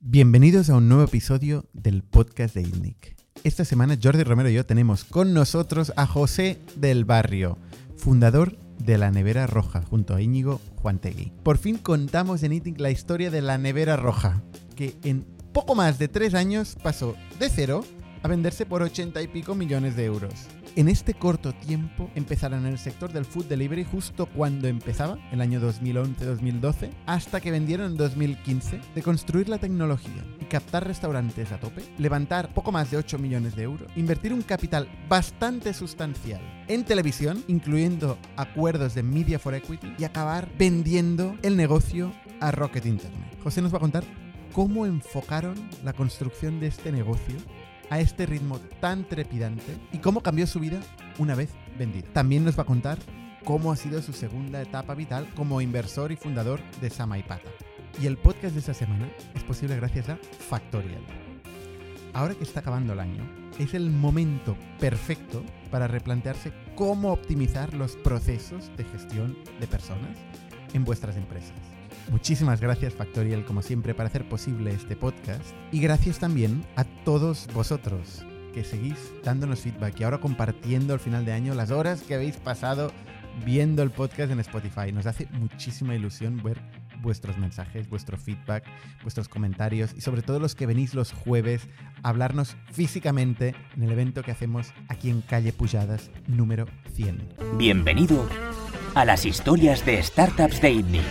Bienvenidos a un nuevo episodio del podcast de ITNIC. Esta semana Jordi Romero y yo tenemos con nosotros a José del Barrio, fundador de La Nevera Roja, junto a Íñigo Juantegui. Por fin contamos en ITNIC la historia de La Nevera Roja, que en poco más de 3 años pasó de cero a venderse por 80 y pico millones de euros. En este corto tiempo empezaron en el sector del food delivery justo cuando empezaba, el año 2011-2012, hasta que vendieron en 2015, de construir la tecnología y captar restaurantes a tope, levantar poco más de 8 millones de euros, invertir un capital bastante sustancial en televisión, incluyendo acuerdos de Media for Equity, y acabar vendiendo el negocio a Rocket Internet. José nos va a contar cómo enfocaron la construcción de este negocio a este ritmo tan trepidante y cómo cambió su vida una vez vendida. También nos va a contar cómo ha sido su segunda etapa vital como inversor y fundador de Samaipata. Y el podcast de esta semana es posible gracias a Factorial. Ahora que está acabando el año, es el momento perfecto para replantearse cómo optimizar los procesos de gestión de personas en vuestras empresas. Muchísimas gracias Factorial, como siempre, para hacer posible este podcast. Y gracias también a todos vosotros que seguís dándonos feedback y ahora compartiendo al final de año las horas que habéis pasado viendo el podcast en Spotify. Nos hace muchísima ilusión ver vuestros mensajes, vuestro feedback, vuestros comentarios y sobre todo los que venís los jueves a hablarnos físicamente en el evento que hacemos aquí en Calle Pujadas número 100. Bienvenido a las historias de startups de ITNIC.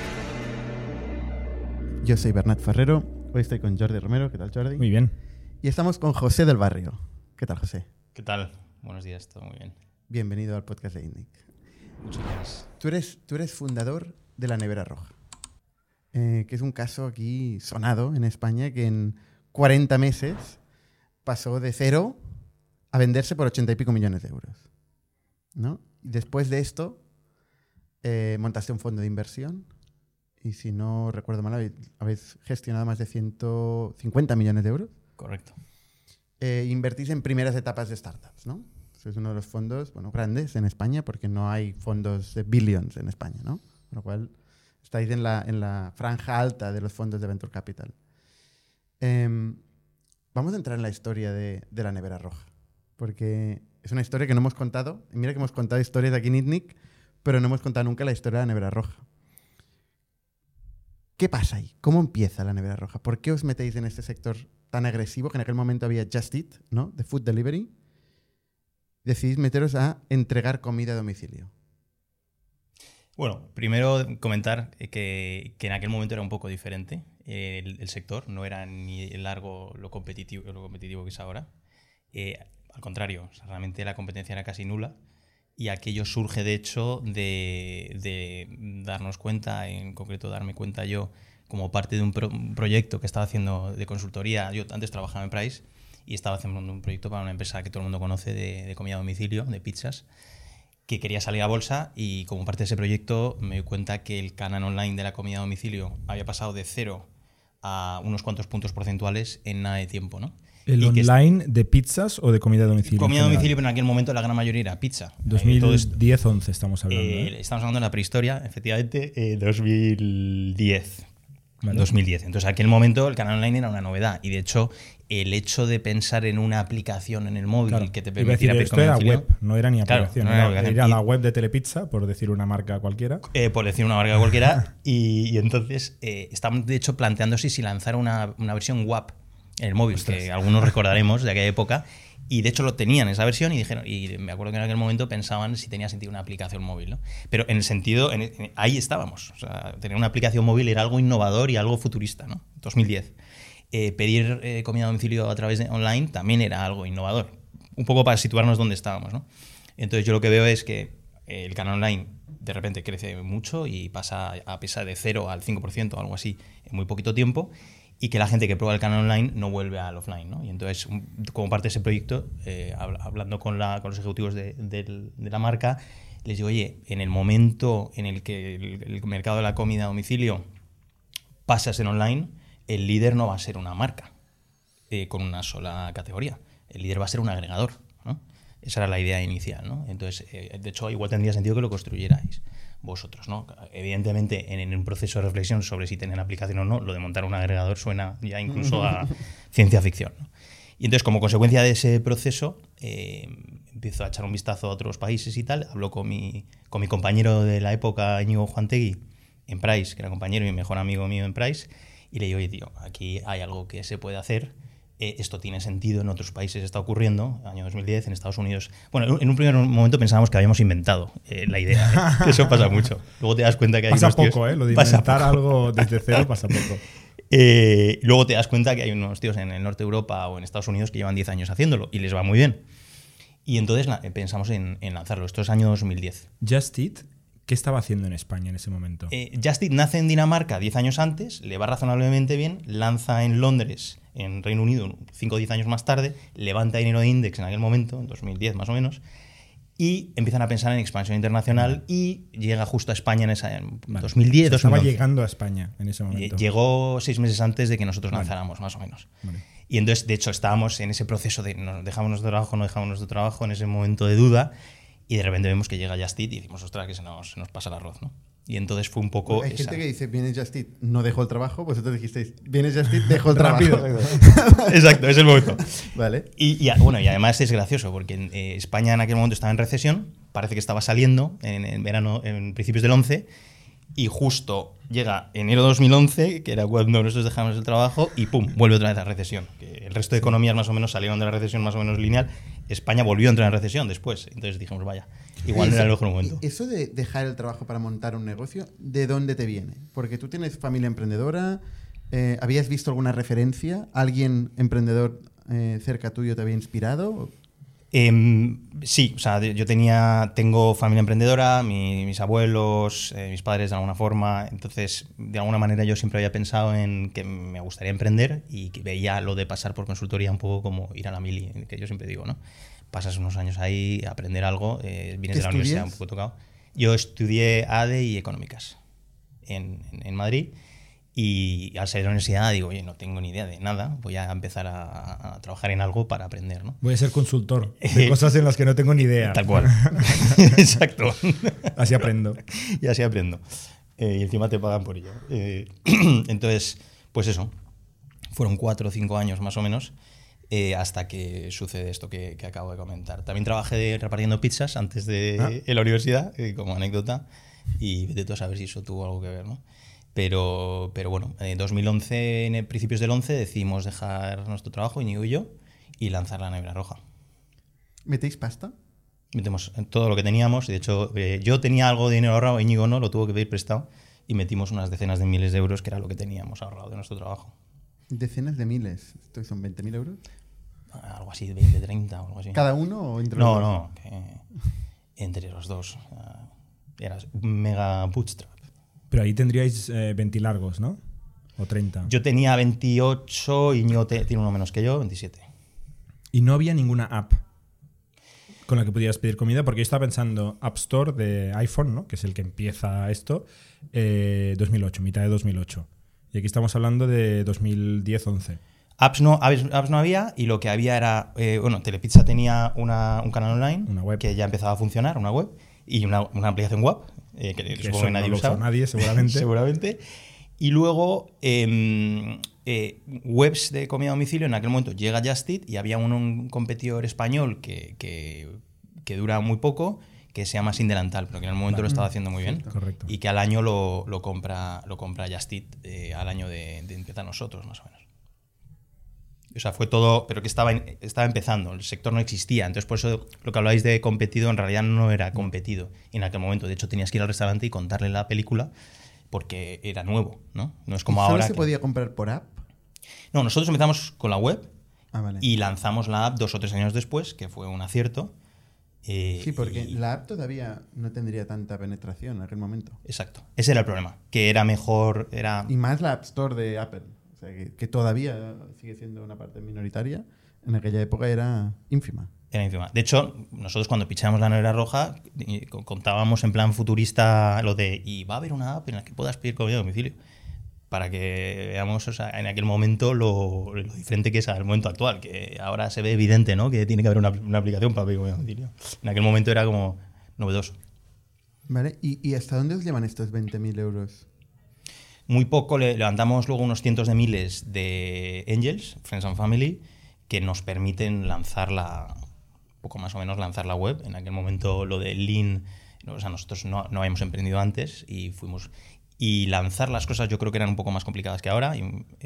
Yo soy Bernat Ferrero, hoy estoy con Jordi Romero. ¿Qué tal, Jordi? Muy bien. Y estamos con José del Barrio. ¿Qué tal, José? ¿Qué tal? Buenos días, todo muy bien. Bienvenido al podcast de ITNIC. Muchas gracias. Tú eres fundador de La Nevera Roja, que es un caso aquí sonado en España que en 40 meses pasó de cero a venderse por 80 y pico millones de euros, ¿no? Y después de esto montaste un fondo de inversión. Y si no recuerdo mal, habéis gestionado más de 150 millones de euros. Correcto. Invertís en primeras etapas de startups, ¿no? Eso es uno de los fondos grandes en España porque no hay fondos de billions en España, ¿no? Con lo cual estáis en la franja alta de los fondos de Venture Capital. Vamos a entrar en la historia de La Nevera Roja, porque es una historia que no hemos contado. Mira que hemos contado historias aquí en ITNIC, pero no hemos contado nunca la historia de La Nevera Roja. ¿Qué pasa ahí? ¿Cómo empieza La Nevera Roja? ¿Por qué os metéis en este sector tan agresivo que en aquel momento había Just Eat, ¿no? De food delivery? Decidís meteros a entregar comida a domicilio. Bueno, primero comentar que en aquel momento era un poco diferente el sector, no era ni largo lo competitivo que es ahora. Al contrario, o sea, realmente la competencia era casi nula. Y aquello surge, de hecho, de darnos cuenta, en concreto darme cuenta yo, como parte de un proyecto que estaba haciendo de consultoría. Yo antes trabajaba en Price y estaba haciendo un proyecto para una empresa que todo el mundo conoce de comida a domicilio, de pizzas, que quería salir a bolsa, y como parte de ese proyecto me di cuenta que el canal online de la comida a domicilio había pasado de 0 a unos cuantos puntos porcentuales en nada de tiempo, ¿no? ¿El online de pizzas o de comida a domicilio? Comida a domicilio, pero en aquel momento la gran mayoría era pizza. 2010-11 estamos hablando. Estamos hablando de la prehistoria, efectivamente, 2010. Vale. 2010. Entonces, en aquel momento el canal online era una novedad. Y de hecho, el hecho de pensar en una aplicación en el móvil, claro, que te permitiera pedir comida a domicilio. Esto era web, no era ni aplicación. Claro, era la web de Telepizza, por decir una marca cualquiera. Por decir una marca cualquiera. y entonces, estamos de hecho planteando si lanzar una versión WAP en el móvil, ostras, que algunos recordaremos de aquella época, y de hecho lo tenían esa versión y dijeron, y me acuerdo que en aquel momento pensaban si tenía sentido una aplicación móvil, ¿no? Pero en el sentido, ahí estábamos, o sea, tener una aplicación móvil era algo innovador y algo futurista, ¿no? 2010. Pedir comida a domicilio a través de online también era algo innovador, un poco para situarnos donde estábamos, ¿no? Entonces yo lo que veo es que el canal online de repente crece mucho y pasa a pesar de 0 al 5% o algo así en muy poquito tiempo, y que la gente que prueba el canal online no vuelve al offline, ¿no? Y entonces, como parte de ese proyecto, hablando con los ejecutivos de la marca, les digo, oye, en el momento en el que el mercado de la comida a domicilio pasa a ser online, el líder no va a ser una marca con una sola categoría. El líder va a ser un agregador, ¿no? Esa era la idea inicial, ¿no? Entonces, de hecho, igual tendría sentido que lo construyerais. vosotros, ¿no? Evidentemente, en un proceso de reflexión sobre si tener aplicación o no, lo de montar un agregador suena ya incluso a ciencia ficción, ¿no? Y entonces, como consecuencia de ese proceso, empiezo a echar un vistazo a otros países y tal. Hablo con mi compañero de la época, Íñigo Juantegui, en Price, que era compañero y mejor amigo mío en Price, y le digo, oye, tío, aquí hay algo que se puede hacer. Esto tiene sentido, en otros países está ocurriendo, año 2010, en Estados Unidos. Bueno, en un primer momento pensábamos que habíamos inventado la idea, que eso pasa mucho. Luego te das cuenta que hay pasa unos poco, tíos, lo de inventar algo desde cero pasa poco. Luego te das cuenta que hay unos tíos en el norte de Europa o en Estados Unidos que llevan 10 años haciéndolo y les va muy bien. Y entonces pensamos en lanzarlo. Esto es año 2010. Just Eat, ¿qué estaba haciendo en España en ese momento? Just Eat nace en Dinamarca 10 años antes, le va razonablemente bien, lanza en Londres, en Reino Unido, 5 o 10 años más tarde, levanta dinero de Index en aquel momento, en 2010 más o menos, y empiezan a pensar en expansión internacional y llega justo a España en 2010, 2011. Estaba llegando a España en ese momento. Llegó 6 meses antes de que nosotros lanzáramos, más o menos. Vale. Y entonces, de hecho, estábamos en ese proceso de ¿nos dejamos nuestro trabajo, no dejamos nuestro trabajo?, en ese momento de duda, y de repente vemos que llega Just Eat y decimos, ostras, que se nos pasa el arroz, ¿no? Y entonces fue un poco... Hay gente que dice, viene Just Eat, no dejo el trabajo, vosotros dijisteis, viene Just Eat, dejo el trabajo. Exacto, es el momento. Vale. Y además es gracioso, porque en España en aquel momento estaba en recesión, parece que estaba saliendo en verano, en principios del 11, y justo llega enero de 2011, que era cuando nosotros dejamos el trabajo, y ¡pum!, vuelve otra vez a la recesión. Que el resto de economías más o menos salieron de la recesión más o menos lineal. España volvió a entrar en recesión después. Entonces dijimos, vaya, igual no era el mejor momento. Eso de dejar el trabajo para montar un negocio, ¿de dónde te viene? Porque tú tienes familia emprendedora, ¿habías visto alguna referencia? ¿Alguien emprendedor cerca tuyo te había inspirado? Sí, o sea, yo tengo familia emprendedora, mis abuelos, mis padres de alguna forma, entonces de alguna manera yo siempre había pensado en que me gustaría emprender y que veía lo de pasar por consultoría un poco como ir a la mili, que yo siempre digo, ¿no? Pasas unos años ahí a aprender algo, vienes de la universidad un poco tocado. Yo estudié ADE y Económicas en Madrid. Y al salir de la universidad digo, oye, no tengo ni idea de nada, voy a empezar a trabajar en algo para aprender, ¿no? Voy a ser consultor de cosas en las que no tengo ni idea. Tal cual. Exacto. Así aprendo. Y así aprendo. Y encima te pagan por ello. Entonces, pues eso. Fueron 4 o 5 años más o menos hasta que sucede esto que acabo de comentar. También trabajé repartiendo pizzas antes de la universidad, como anécdota, y vete tú a saber si eso tuvo algo que ver, ¿no? Pero bueno, en 2011, en principios del 11, decidimos dejar nuestro trabajo, Íñigo y yo, y lanzar la Nevera Roja. ¿Metéis pasta? Metemos todo lo que teníamos. De hecho, yo tenía algo de dinero ahorrado, Íñigo no, lo tuvo que pedir prestado, y metimos unas decenas de miles de euros, que era lo que teníamos ahorrado de nuestro trabajo. Decenas de miles. ¿Esto son 20.000 euros? Algo así, 20, 30 o algo así. ¿Cada uno o entre los dos? No, entre los dos. Era un mega bootstrap. Pero ahí tendríais 20 largos, ¿no? O 30. Yo tenía 28, Íñigo tiene uno menos que yo, 27. Y no había ninguna app con la que pudieras pedir comida, porque yo estaba pensando App Store de iPhone, ¿no? Que es el que empieza esto, 2008, mitad de 2008. Y aquí estamos hablando de 2010-11. Apps no había, y lo que había era... Telepizza tenía un canal online, una web que ya empezaba a funcionar, una web, y una aplicación web, que supongo que nadie usaba. Nadie, seguramente. Seguramente. Y luego, webs de comida a domicilio, en aquel momento llega Just Eat, y había un competidor español que dura muy poco, que se llama Sin Delantal, pero que en el momento lo estaba haciendo muy bien. Correcto. Y que al año lo compra Just Eat, al año de empezar nosotros, más o menos. O sea, fue todo, pero que estaba empezando, el sector no existía. Entonces, por eso lo que habláis de competido, en realidad no era competido en aquel momento. De hecho, tenías que ir al restaurante y contarle la película porque era nuevo, ¿no? No es como ahora. ¿Solo se podía comprar por app? No, nosotros empezamos con la web vale. Y lanzamos la app 2 o 3 años después, que fue un acierto. Sí, porque la app todavía no tendría tanta penetración en aquel momento. Exacto. Ese era el problema, que era mejor... Y más la App Store de Apple. O sea, que todavía sigue siendo una parte minoritaria, en aquella época era ínfima. Era ínfima. De hecho, nosotros cuando pichamos la Nevera Roja contábamos en plan futurista lo de y va a haber una app en la que puedas pedir comida a domicilio. Para que veamos, o sea, en aquel momento lo diferente que es al momento actual, que ahora se ve evidente, ¿no? Que tiene que haber una aplicación para pedir comida a domicilio. En aquel momento era como novedoso. ¿Vale? ¿Y hasta dónde os llevan estos 20.000 euros? Muy poco, levantamos luego unos cientos de miles de angels, friends and family, que nos permiten poco más o menos lanzar la web. En aquel momento lo de Lean, o sea, nosotros no habíamos emprendido antes y lanzar las cosas yo creo que eran un poco más complicadas que ahora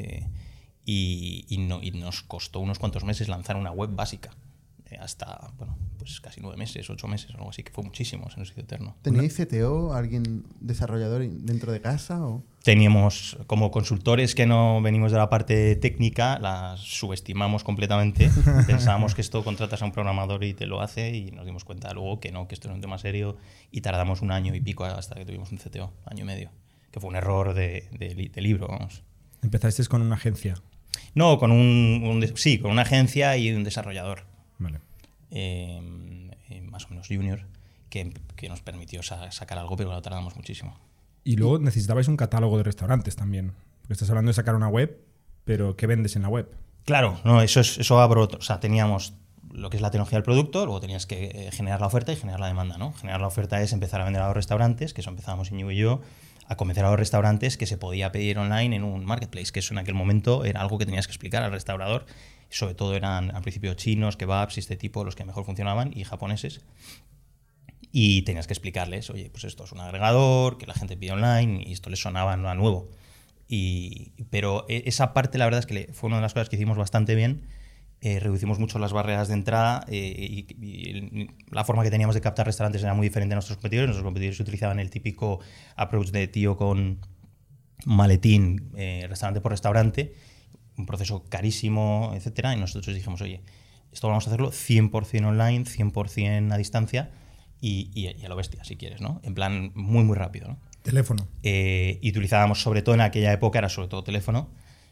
y nos costó unos cuantos meses lanzar una web básica. Hasta, bueno, pues casi 9 meses, 8 meses, algo así, que fue muchísimo, se nos hizo eterno. ¿Teníais CTO, alguien desarrollador dentro de casa? ¿O? Teníamos como consultores que no venimos de la parte técnica, las subestimamos completamente. Pensábamos que esto contratas a un programador y te lo hace y nos dimos cuenta luego que no, que esto era un tema serio y tardamos 1 año y pico hasta que tuvimos un CTO, 1 año y medio, que fue un error de libro, vamos. ¿Empezasteis con una agencia? No, con con una agencia y un desarrollador. Vale. Más o menos junior, que nos permitió sacar algo, pero lo tardamos muchísimo. Y luego necesitabais un catálogo de restaurantes también. Porque estás hablando de sacar una web, pero ¿qué vendes en la web? Claro, no, eso abro. O sea, teníamos lo que es la tecnología del producto, luego tenías que generar la oferta y generar la demanda, ¿no? Generar la oferta es empezar a vender a los restaurantes, que eso empezábamos Íñigo y yo, a convencer a los restaurantes que se podía pedir online en un marketplace, que eso en aquel momento era algo que tenías que explicar al restaurador. Sobre todo eran al principio chinos, kebabs y este tipo los que mejor funcionaban y japoneses. Y tenías que explicarles, oye, pues esto es un agregador, que la gente pide online y esto les sonaba a nuevo. Pero esa parte la verdad es que fue una de las cosas que hicimos bastante bien. Reducimos mucho las barreras de entrada y la forma que teníamos de captar restaurantes era muy diferente a nuestros competidores. Nuestros competidores utilizaban el típico approach de tío con maletín, restaurante por restaurante, un proceso carísimo, etcétera, y nosotros dijimos, oye, esto vamos a hacerlo 100% online, 100% a distancia y a lo bestia, si quieres, ¿no? En plan, muy, muy rápido, ¿no? Teléfono. Y utilizábamos, sobre todo en aquella época, era sobre todo teléfono.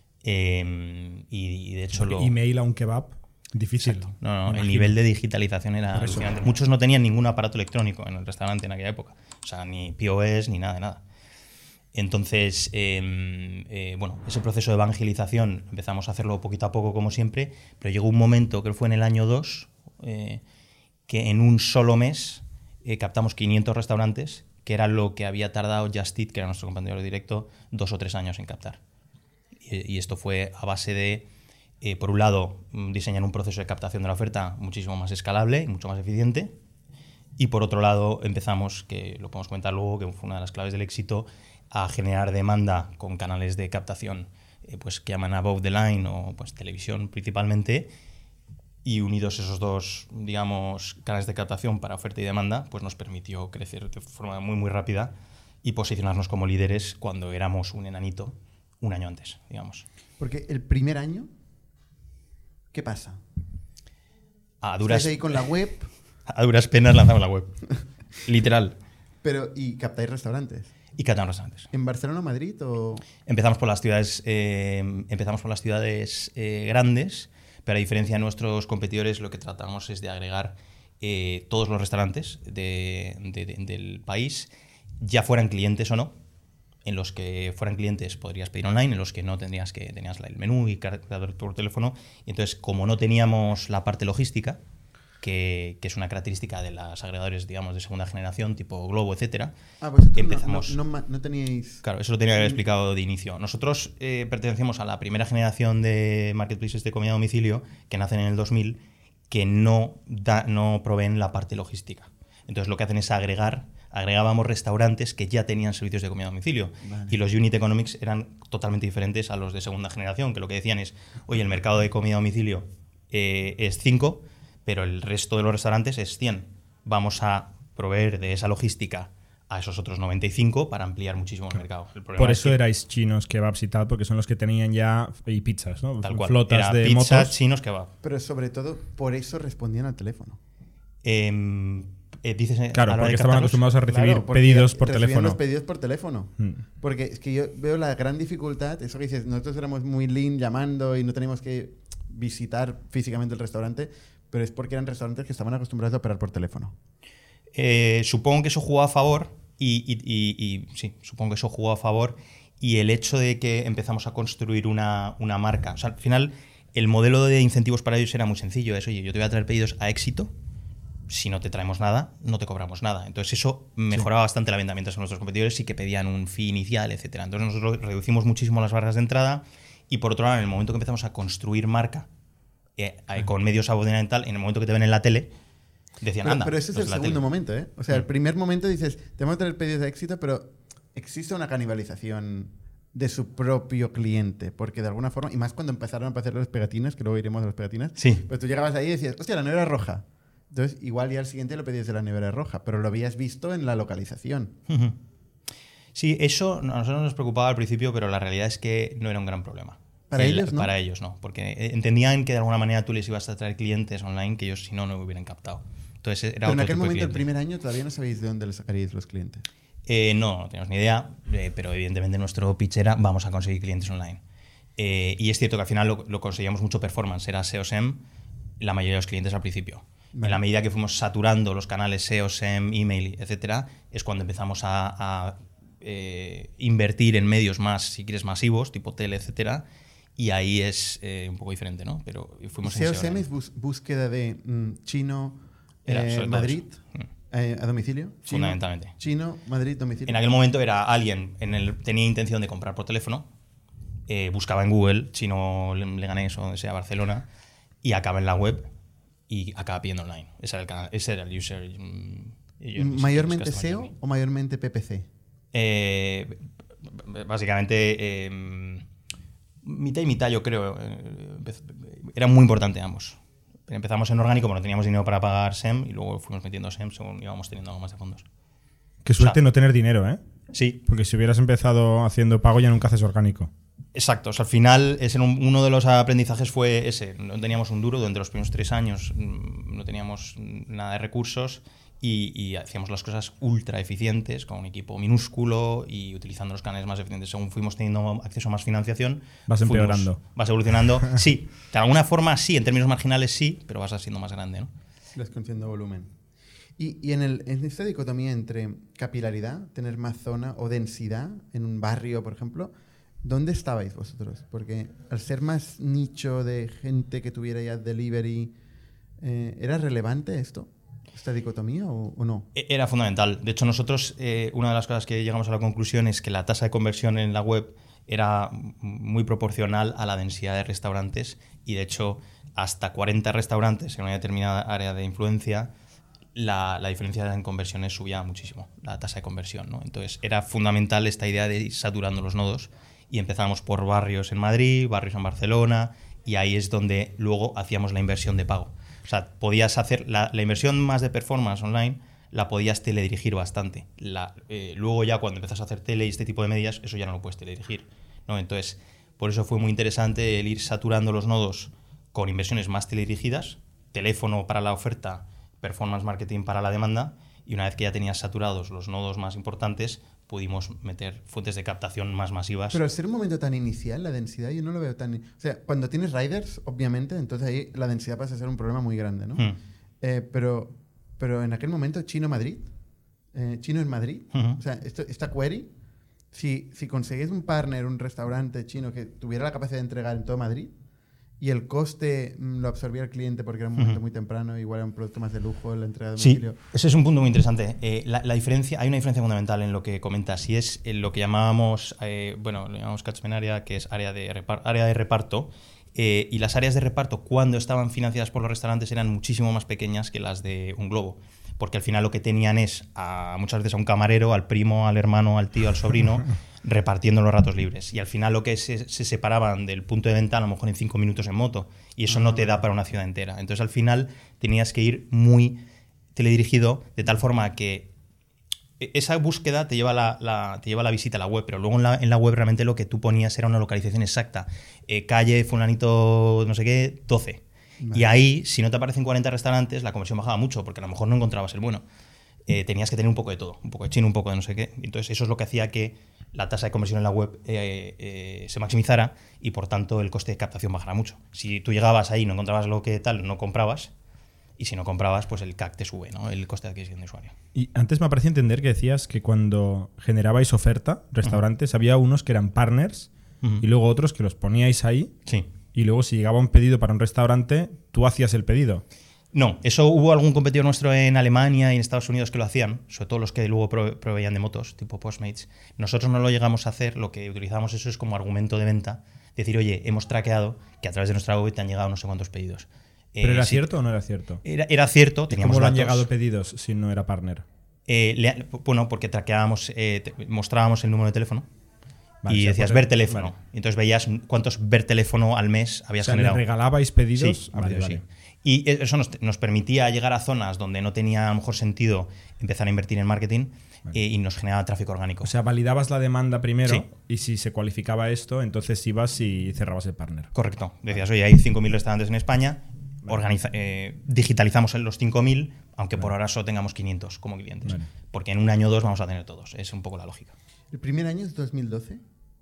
Y de hecho Email a un kebab, difícil. Exacto. No, el nivel de digitalización era alucinante. Muchos no tenían ningún aparato electrónico en el restaurante en aquella época. O sea, ni POS, ni nada de nada. Entonces, bueno, ese proceso de evangelización empezamos a hacerlo poquito a poco, como siempre, pero llegó un momento, creo que fue en el año 2, que en un solo mes captamos 500 restaurantes, que era lo que había tardado Just Eat, que era nuestro compañero directo, 2 o 3 años en captar. Y esto fue a base de, por un lado, diseñar un proceso de captación de la oferta muchísimo más escalable y mucho más eficiente, y por otro lado empezamos, que lo podemos comentar luego, que fue una de las claves del éxito, a generar demanda con canales de captación pues que llaman above the line o pues televisión principalmente, y unidos esos dos, digamos, canales de captación para oferta y demanda, pues nos permitió crecer de forma muy muy rápida y posicionarnos como líderes cuando éramos un enanito 1 año antes, digamos. Porque el primer año, ¿qué pasa? ¿Estáis ahí con la web? A duras penas lanzamos la web. Literal. Pero, ¿y captáis restaurantes? Y captamos restaurantes. ¿En Barcelona o Madrid? O... Empezamos por las ciudades, grandes, pero a diferencia de nuestros competidores, lo que tratamos es de agregar todos los restaurantes del país, ya fueran clientes o no. En los que fueran clientes podrías pedir online, en los que no tenías el menú y cargar por teléfono. Y entonces, como no teníamos la parte logística, que es una característica de los agregadores, digamos, de segunda generación, tipo Globo, etcétera. Pues empezamos. No teníais. Claro, eso lo tenía que haber explicado de inicio. Nosotros pertenecemos a la primera generación de marketplaces de comida a domicilio que nacen en el 2000, que no proveen la parte logística. Entonces, lo que hacen es agregábamos restaurantes que ya tenían servicios de comida a domicilio. Vale. Y los unit economics eran totalmente diferentes a los de segunda generación, que lo que decían es, oye, el mercado de comida a domicilio es 5, pero el resto de los restaurantes es 100. Vamos a proveer de esa logística a esos otros 95 para ampliar muchísimo el mercado. Por eso erais chinos, kebabs y tal, porque son los que tenían ya y pizzas, ¿no? Tal cual. Flotas era de pizza, motos. chinos, kebab. Pero sobre todo, por eso respondían al teléfono. Claro, porque estaban acostumbrados a recibir pedidos por teléfono. Los pedidos por teléfono. Porque es que yo veo la gran dificultad, eso que dices, nosotros éramos muy lean llamando y no teníamos que visitar físicamente el restaurante, pero es porque eran restaurantes que estaban acostumbrados a operar por teléfono. Supongo que eso jugó a favor sí, supongo que eso jugó a favor, y el hecho de que empezamos a construir una marca. O sea, al final, el modelo de incentivos para ellos era muy sencillo. Es, oye, yo te voy a traer pedidos a éxito, si no te traemos nada, no te cobramos nada. Entonces eso mejoraba bastante la venta, mientras que nuestros competidores sí que pedían un fee inicial, etcétera. Entonces nosotros reducimos muchísimo las barreras de entrada y por otro lado, en el momento que empezamos a construir marca con medios abonamental, en el momento que te ven en la tele, decían, anda. Pero ese es pues el la segundo tele. momento, ¿eh? O sea, el primer momento dices, tenemos que tener pedidos de éxito, pero existe una canibalización de su propio cliente, porque de alguna forma, y más cuando empezaron a aparecer las pegatinas, que luego iremos a las pegatinas, Sí. pues tú llegabas ahí y decías, hostia, la nevera roja. Entonces, igual ya al siguiente lo pedías de la nevera roja, pero lo habías visto en la localización. Ujú. Sí, eso a nosotros nos preocupaba al principio, pero la realidad es que no era un gran problema. ¿Para ellos no? Para ellos no, porque entendían que de alguna manera tú les ibas a traer clientes online que ellos si no hubieran captado. Entonces era Pero en otro aquel tipo de momento, el cliente. primer año, todavía no sabéis de dónde le sacaríais los clientes. No teníamos ni idea, pero evidentemente nuestro pitch era vamos a conseguir clientes online. Y es cierto que al final lo conseguíamos mucho performance, era SEO SEM la mayoría de los clientes al principio. Vale. En la medida que fuimos saturando los canales SEO, SEM, email, etcétera, es cuando empezamos a invertir en medios más, si quieres, masivos, tipo tele, etcétera, y ahí es un poco diferente, ¿no? Pero fuimos en SEO SEO SEM SEM. es búsqueda de chino, Era sobre todo Madrid, eso. a domicilio. Chino, Fundamentalmente. Chino, Madrid, domicilio. En aquel momento era alguien, tenía intención de comprar por teléfono, buscaba en Google, chino Leganés o donde sea, Barcelona, y acaba en la web y acaba pidiendo online. Ese era el canal, ese era el user. ¿Mayormente Customer SEO Journey. o mayormente PPC? Básicamente mitad y mitad, yo creo. Era muy importante ambos. Empezamos en orgánico, pero no teníamos dinero para pagar SEM y luego fuimos metiendo SEM según íbamos teniendo algo más de fondos. Qué suerte O sea, no tener dinero, ¿eh? Sí, Porque si hubieras empezado haciendo pago ya nunca haces orgánico. exacto. O sea, al final, uno de los aprendizajes fue ese. No teníamos un duro durante los primeros 3 años, no teníamos nada de recursos y hacíamos las cosas ultra eficientes con un equipo minúsculo y utilizando los canales más eficientes. Según fuimos teniendo acceso a más financiación, Vas empeorando. Vas evolucionando. Sí, de alguna forma sí, en términos marginales sí, pero vas siendo más grande, ¿no? Las consiguiendo volumen. Y en esta dicotomía entre capilaridad, tener más zona o densidad en un barrio, por ejemplo, ¿dónde estabais vosotros? Porque al ser más nicho de gente que tuviera ya delivery, ¿era relevante esto? ¿Esta dicotomía o no? Era fundamental. De hecho, nosotros, una de las cosas que llegamos a la conclusión es que la tasa de conversión en la web era muy proporcional a la densidad de restaurantes y, de hecho, hasta 40 restaurantes en una determinada área de influencia, la diferencia en conversiones subía muchísimo, la tasa de conversión, ¿no? Entonces, era fundamental esta idea de ir saturando los nodos y empezamos por barrios en Madrid, barrios en Barcelona y ahí es donde luego hacíamos la inversión de pago. O sea, podías hacer la inversión más de performance online, la podías teledirigir bastante. Luego ya cuando empiezas a hacer tele y este tipo de medidas, eso ya no lo puedes teledirigir, ¿no? Entonces, por eso fue muy interesante el ir saturando los nodos con inversiones más teledirigidas, teléfono para la oferta, performance marketing para la demanda, y una vez que ya tenías saturados los nodos más importantes, pudimos meter fuentes de captación más masivas. Pero al ser un momento tan inicial, la densidad yo no lo veo tan... O sea, cuando tienes riders, obviamente, entonces ahí la densidad pasa a ser un problema muy grande, ¿no? Pero en aquel momento, Chino-Madrid, Chino en Madrid, o sea, esta query, si conseguís un partner, un restaurante chino que tuviera la capacidad de entregar en todo Madrid, y el coste lo absorbía el cliente porque era un momento muy temprano, igual era un producto más de lujo, la entrega de domicilio. Sí, ese es un punto muy interesante. La diferencia, hay una diferencia fundamental en lo que comentas y es lo que llamábamos, lo llamamos catchment area, que es área de reparto. Y las áreas de reparto, cuando estaban financiadas por los restaurantes, eran muchísimo más pequeñas que las de un globo. Porque al final lo que tenían es muchas veces a un camarero, al primo, al hermano, al tío, al sobrino, repartiendo los ratos libres. Y al final lo que se separaban del punto de venta a lo mejor en 5 minutos en moto. Y eso no te da para una ciudad entera. Entonces al final tenías que ir muy teledirigido de tal forma que esa búsqueda te lleva te lleva la visita a la web, pero luego en la web realmente lo que tú ponías era una localización exacta. Calle fulanito no sé qué, 12. Vale. Y ahí, si no te aparecen 40 restaurantes, la conversión bajaba mucho, porque a lo mejor no encontrabas el bueno. Tenías que tener un poco de todo, un poco de chino, un poco de no sé qué. Entonces eso es lo que hacía que la tasa de conversión en la web se maximizara y por tanto el coste de captación bajara mucho. Si tú llegabas ahí y no encontrabas lo que tal, no comprabas. Y si no comprabas, pues el CAC te sube, ¿no? El coste de adquisición de usuario. Y antes me parecía entender que decías que cuando generabais oferta, restaurantes, había unos que eran partners y luego otros que los poníais ahí. Sí. Y luego si llegaba un pedido para un restaurante, tú hacías el pedido. No, eso hubo algún competidor nuestro en Alemania y en Estados Unidos que lo hacían, sobre todo los que luego proveían de motos, tipo Postmates. Nosotros no lo llegamos a hacer, lo que utilizamos eso es como argumento de venta, decir, oye, hemos traqueado que a través de nuestra web te han llegado no sé cuántos pedidos. ¿Pero era cierto o no era cierto? Era cierto, teníamos ¿Cómo le han datos. llegado pedidos si no era partner? Bueno, porque traqueábamos, mostrábamos el número de teléfono. Vale, Y o sea, decías por- ver teléfono. vale. Y entonces veías cuántos ver teléfono al mes habías O sea, ¿le generado. regalabais pedidos? Sí, Vale, pedidos, vale. sí. Y eso nos permitía llegar a zonas donde no tenía a lo mejor sentido empezar a invertir en marketing y nos generaba tráfico orgánico. O sea, validabas la demanda primero Sí. y si se cualificaba esto, entonces ibas y cerrabas el partner. Correcto. Decías, oye, hay 5.000 restaurantes en España, digitalizamos los 5.000, aunque por ahora solo tengamos 500 como clientes. Vale. Porque en un año o dos vamos a tener todos. Es un poco la lógica. ¿El primer año es 2012?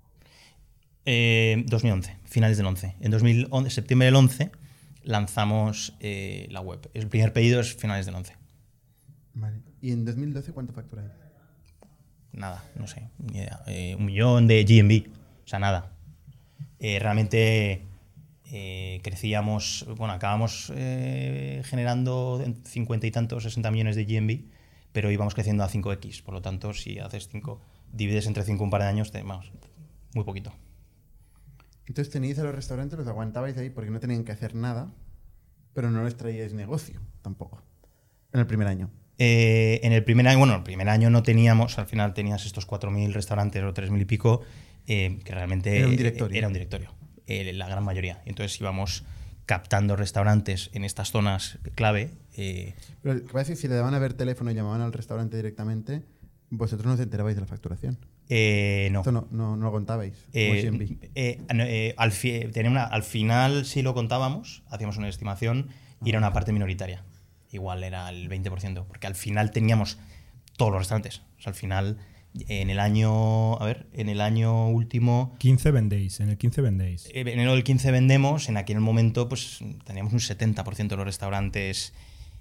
2011, finales del 11. En 2011, septiembre del 11 lanzamos la web. El primer pedido es finales del 11. Vale. ¿Y en 2012 cuánto facturáis? Nada, no sé, ni idea. 1 millón de GMV, o sea, nada. Realmente crecíamos, bueno, acabamos generando 50 y tantos, 60 millones de GMV, pero íbamos creciendo a 5x. Por lo tanto, si haces 5, divides entre 5 un par de años, vamos, muy poquito. Entonces teníais a los restaurantes, los aguantabais ahí porque no tenían que hacer nada, pero no les traíais negocio tampoco. En el primer año. En el primer año, bueno, el primer año no teníamos, al final tenías estos 4.000 restaurantes o 3.000 y pico, que realmente Era un directorio. Era un directorio, la gran mayoría. Entonces íbamos captando restaurantes en estas zonas clave. Pero lo que pasa es que si le daban a ver teléfono y llamaban al restaurante directamente, vosotros no os enterabais de la facturación. No. Esto no lo contabais. como GMV. Al final sí lo contábamos, hacíamos una estimación y era una parte minoritaria. Igual era el 20%, porque al final teníamos todos los restaurantes. O sea, al final, en el año último, 15 vendéis, en el 15 vendéis. en enero del 15 vendemos, en aquel momento pues teníamos un 70% de los restaurantes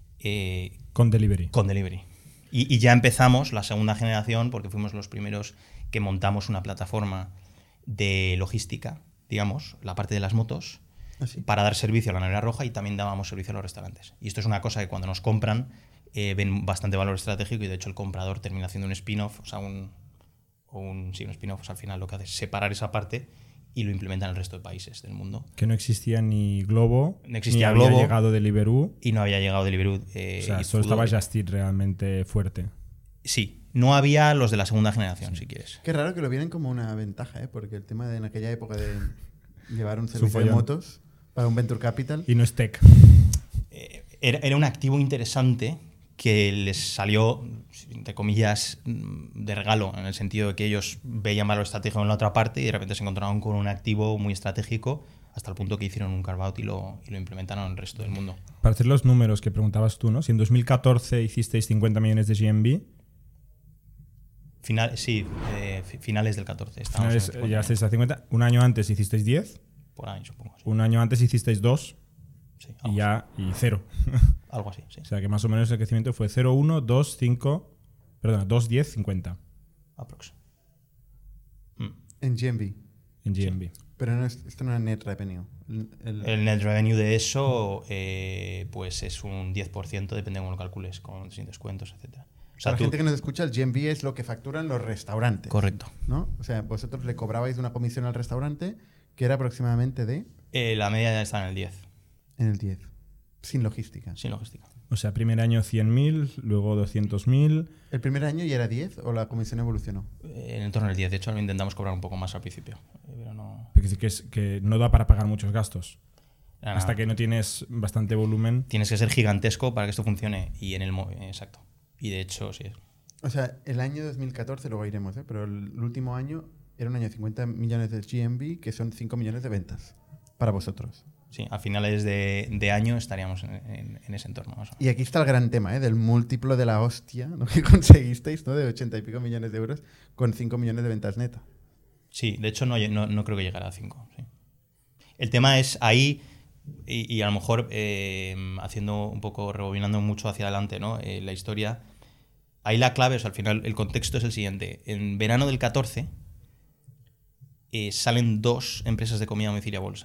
Con delivery. con delivery. Y ya empezamos la segunda generación, porque fuimos los primeros que montamos una plataforma de logística, digamos, la parte de las motos, ¿Ah, sí? para dar servicio a la nevera roja y también dábamos servicio a los restaurantes. Y esto es una cosa que cuando nos compran ven bastante valor estratégico y de hecho el comprador termina haciendo un spin-off, o sea, un spin-off, o sea, al final lo que hace es separar esa parte y lo implementa en el resto de países del mundo. Que no existía ni Globo, No existía ni había Globo. llegado Deliveroo. Y no había llegado Deliveroo. O sea, y solo estaba Foodora. Just Eat realmente fuerte. Sí, no había los de la segunda generación, si quieres. Qué raro que lo vieran como una ventaja, porque el tema de en aquella época de llevar un un servicio de follón. motos para un venture capital. Y no es tech. Era un activo interesante que les salió, entre comillas, de regalo, en el sentido de que ellos veían valor estratégico en la otra parte y de repente se encontraron con un activo muy estratégico hasta el punto que hicieron un carve-out y lo implementaron en el resto del mundo. Para hacer los números que preguntabas tú, ¿no? Si en 2014 hicisteis 50 millones de GMV, Finales del 14. estábamos finales, en 50 llegasteis a 50. Un año antes hicisteis 10, por año, supongo. Sí. un año antes hicisteis 2 Sí, y algo 0. así. Algo así, sí. O sea que más o menos el crecimiento fue 0, 1, 2, 5, perdona, 2, 10, 50 Aprox. En GMV. en GMV. Pero no esto no era net revenue. El net revenue de eso pues es un 10%, depende de cómo lo calcules, con sin descuentos, etcétera. O sea, Para la gente que nos escucha, el GMV es lo que facturan los restaurantes. Correcto. ¿No? O sea, vosotros le cobrabais una comisión al restaurante que era aproximadamente de La media ya está en el 10, en el 10. Sin logística. sin logística. O sea, primer año 100.000, luego 200.000. ¿El primer año ya era 10 o la comisión evolucionó? En torno al 10. De hecho, lo intentamos cobrar un poco más al principio. Pero no. Porque sí que no da para pagar muchos gastos. Nada, Hasta que no tienes bastante volumen. Tienes que ser gigantesco para que esto funcione. Y en el exacto. Y de hecho, sí. O sea, el año 2014, luego iremos, pero el último año era un año de 50 millones de GMV, que son 5 millones de ventas para vosotros. Sí, a finales de año estaríamos en ese entorno. Más o menos. Y aquí está el gran tema, del múltiplo de la hostia, ¿no? que conseguisteis, ¿no? De 80 y pico millones de euros con 5 millones de ventas netas. Sí, de hecho no creo que llegara a 5. Sí. El tema es ahí, y a lo mejor haciendo un poco, rebobinando mucho hacia adelante, ¿no? La historia, ahí la clave, o sea, al final el contexto es el siguiente. En verano del 14 salen 2 empresas de comida a domicilio a bolsa.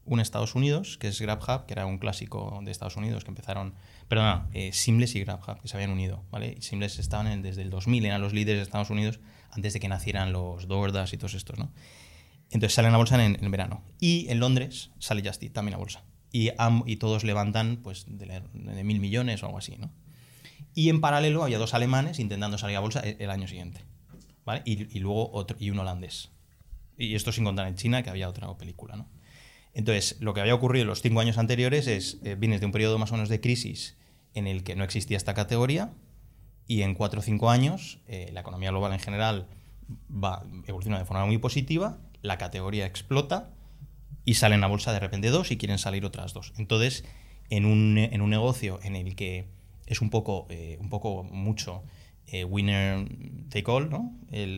una Estados Unidos, que es GrabHub, que era un clásico de Estados Unidos, que empezaron... Perdona, Seamless y GrabHub, que se habían unido, ¿vale? Y Seamless estaban desde el 2000, eran los líderes de Estados Unidos antes de que nacieran los DoorDash y todos estos, ¿no? Entonces salen a bolsa en verano. Y en Londres sale Just Eat también a bolsa. Y todos levantan pues de 1.000 millones o algo así, ¿no? Y en paralelo había 2 alemanes intentando salir a bolsa el año siguiente, ¿vale? Y luego un holandés. Y esto sin contar en China, que había otra película, ¿no? Entonces, lo que había ocurrido en los 5 años anteriores es, vienes de un periodo más o menos de crisis en el que no existía esta categoría, y en 4 o 5 años la economía global en general evoluciona de forma muy positiva, la categoría explota y salen a bolsa de repente 2 y quieren salir otras 2. Entonces, en un negocio en el que es un poco mucho winner take all, ¿no?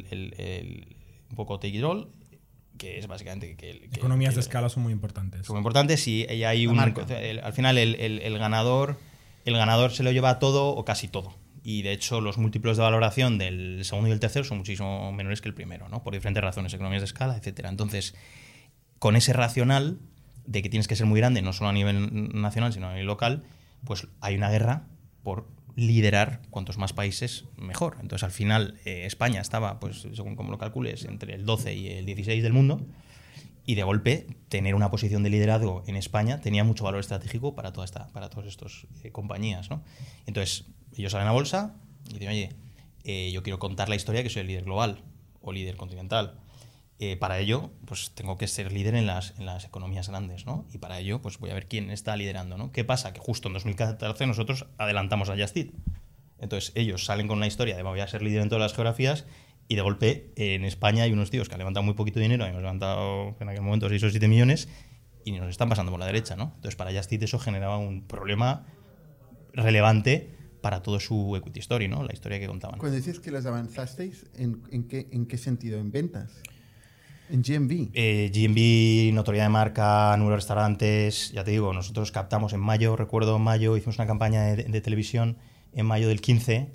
Un poco take it all, que es básicamente que economías de escala son muy importantes. Son muy importantes y hay al final el ganador se lo lleva todo o casi todo. Y de hecho los múltiplos de valoración del segundo y el tercero son muchísimo menores que el primero, ¿no? Por diferentes razones, economías de escala, etcétera. Entonces, con ese racional de que tienes que ser muy grande, no solo a nivel nacional, sino a nivel local, pues hay una guerra por liderar cuantos más países mejor. Entonces al final España estaba, pues según como lo calcules, entre el 12 y el 16 del mundo, y de golpe tener una posición de liderazgo en España tenía mucho valor estratégico para todas estas compañías, ¿no? Entonces ellos salen a bolsa y dicen, oye, yo quiero contar la historia que soy el líder global o líder continental. Para ello, pues tengo que ser líder en las economías grandes, ¿no? Y para ello, pues voy a ver quién está liderando, ¿no? ¿Qué pasa? Que justo en 2014 nosotros adelantamos a Just Eat. Entonces ellos salen con una historia de voy a ser líder en todas las geografías, y de golpe en España hay unos tíos que han levantado muy poquito dinero, hemos levantado en aquel momento 6 o 7 millones y nos están pasando por la derecha, ¿no? Entonces para Just Eat eso generaba un problema relevante para todo su equity story, ¿no? La historia que contaban. Cuando dices que las avanzasteis, ¿en qué sentido? ¿En ventas? ¿En GMV? GMV, notoriedad de marca, número de restaurantes. Ya te digo, nosotros captamos en mayo, recuerdo en mayo, hicimos una campaña de televisión en mayo del 15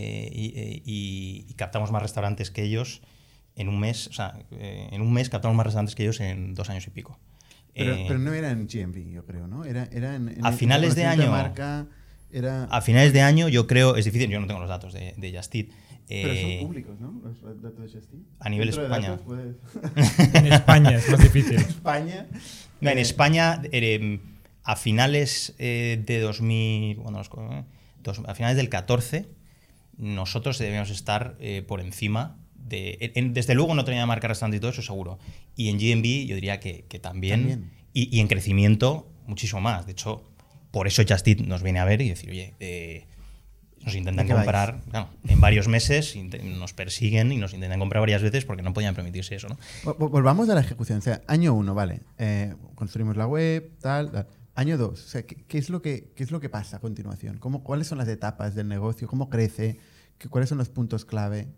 y captamos más restaurantes que ellos en un mes. O sea, en un mes captamos más restaurantes que ellos en 2 años y pico. Pero no era en GMV, yo creo, ¿no? Era en a finales de año. A finales de año, yo creo, es difícil, yo no tengo los datos de Just Eat. Pero son públicos, ¿no? Los datos de Just Eat. A nivel España. En España es más difícil. España. No, en España, a finales de 2000, a finales del 14, nosotros debíamos estar por encima desde luego no tenía marca restaurante y todo eso seguro. Y en GMV yo diría que también. Y en crecimiento muchísimo más. De hecho, por eso Just Eat nos viene a ver y decir, oye, nos intentan comprar en varios meses, nos persiguen y nos intentan comprar varias veces porque no podían permitirse eso, ¿no? Volvamos a la ejecución. O sea, año 1, vale. Construimos la web, tal. Año 2, o sea, ¿qué es lo que pasa a continuación? ¿Cuáles son las etapas del negocio? ¿Cómo crece? ¿Cuáles son los puntos clave?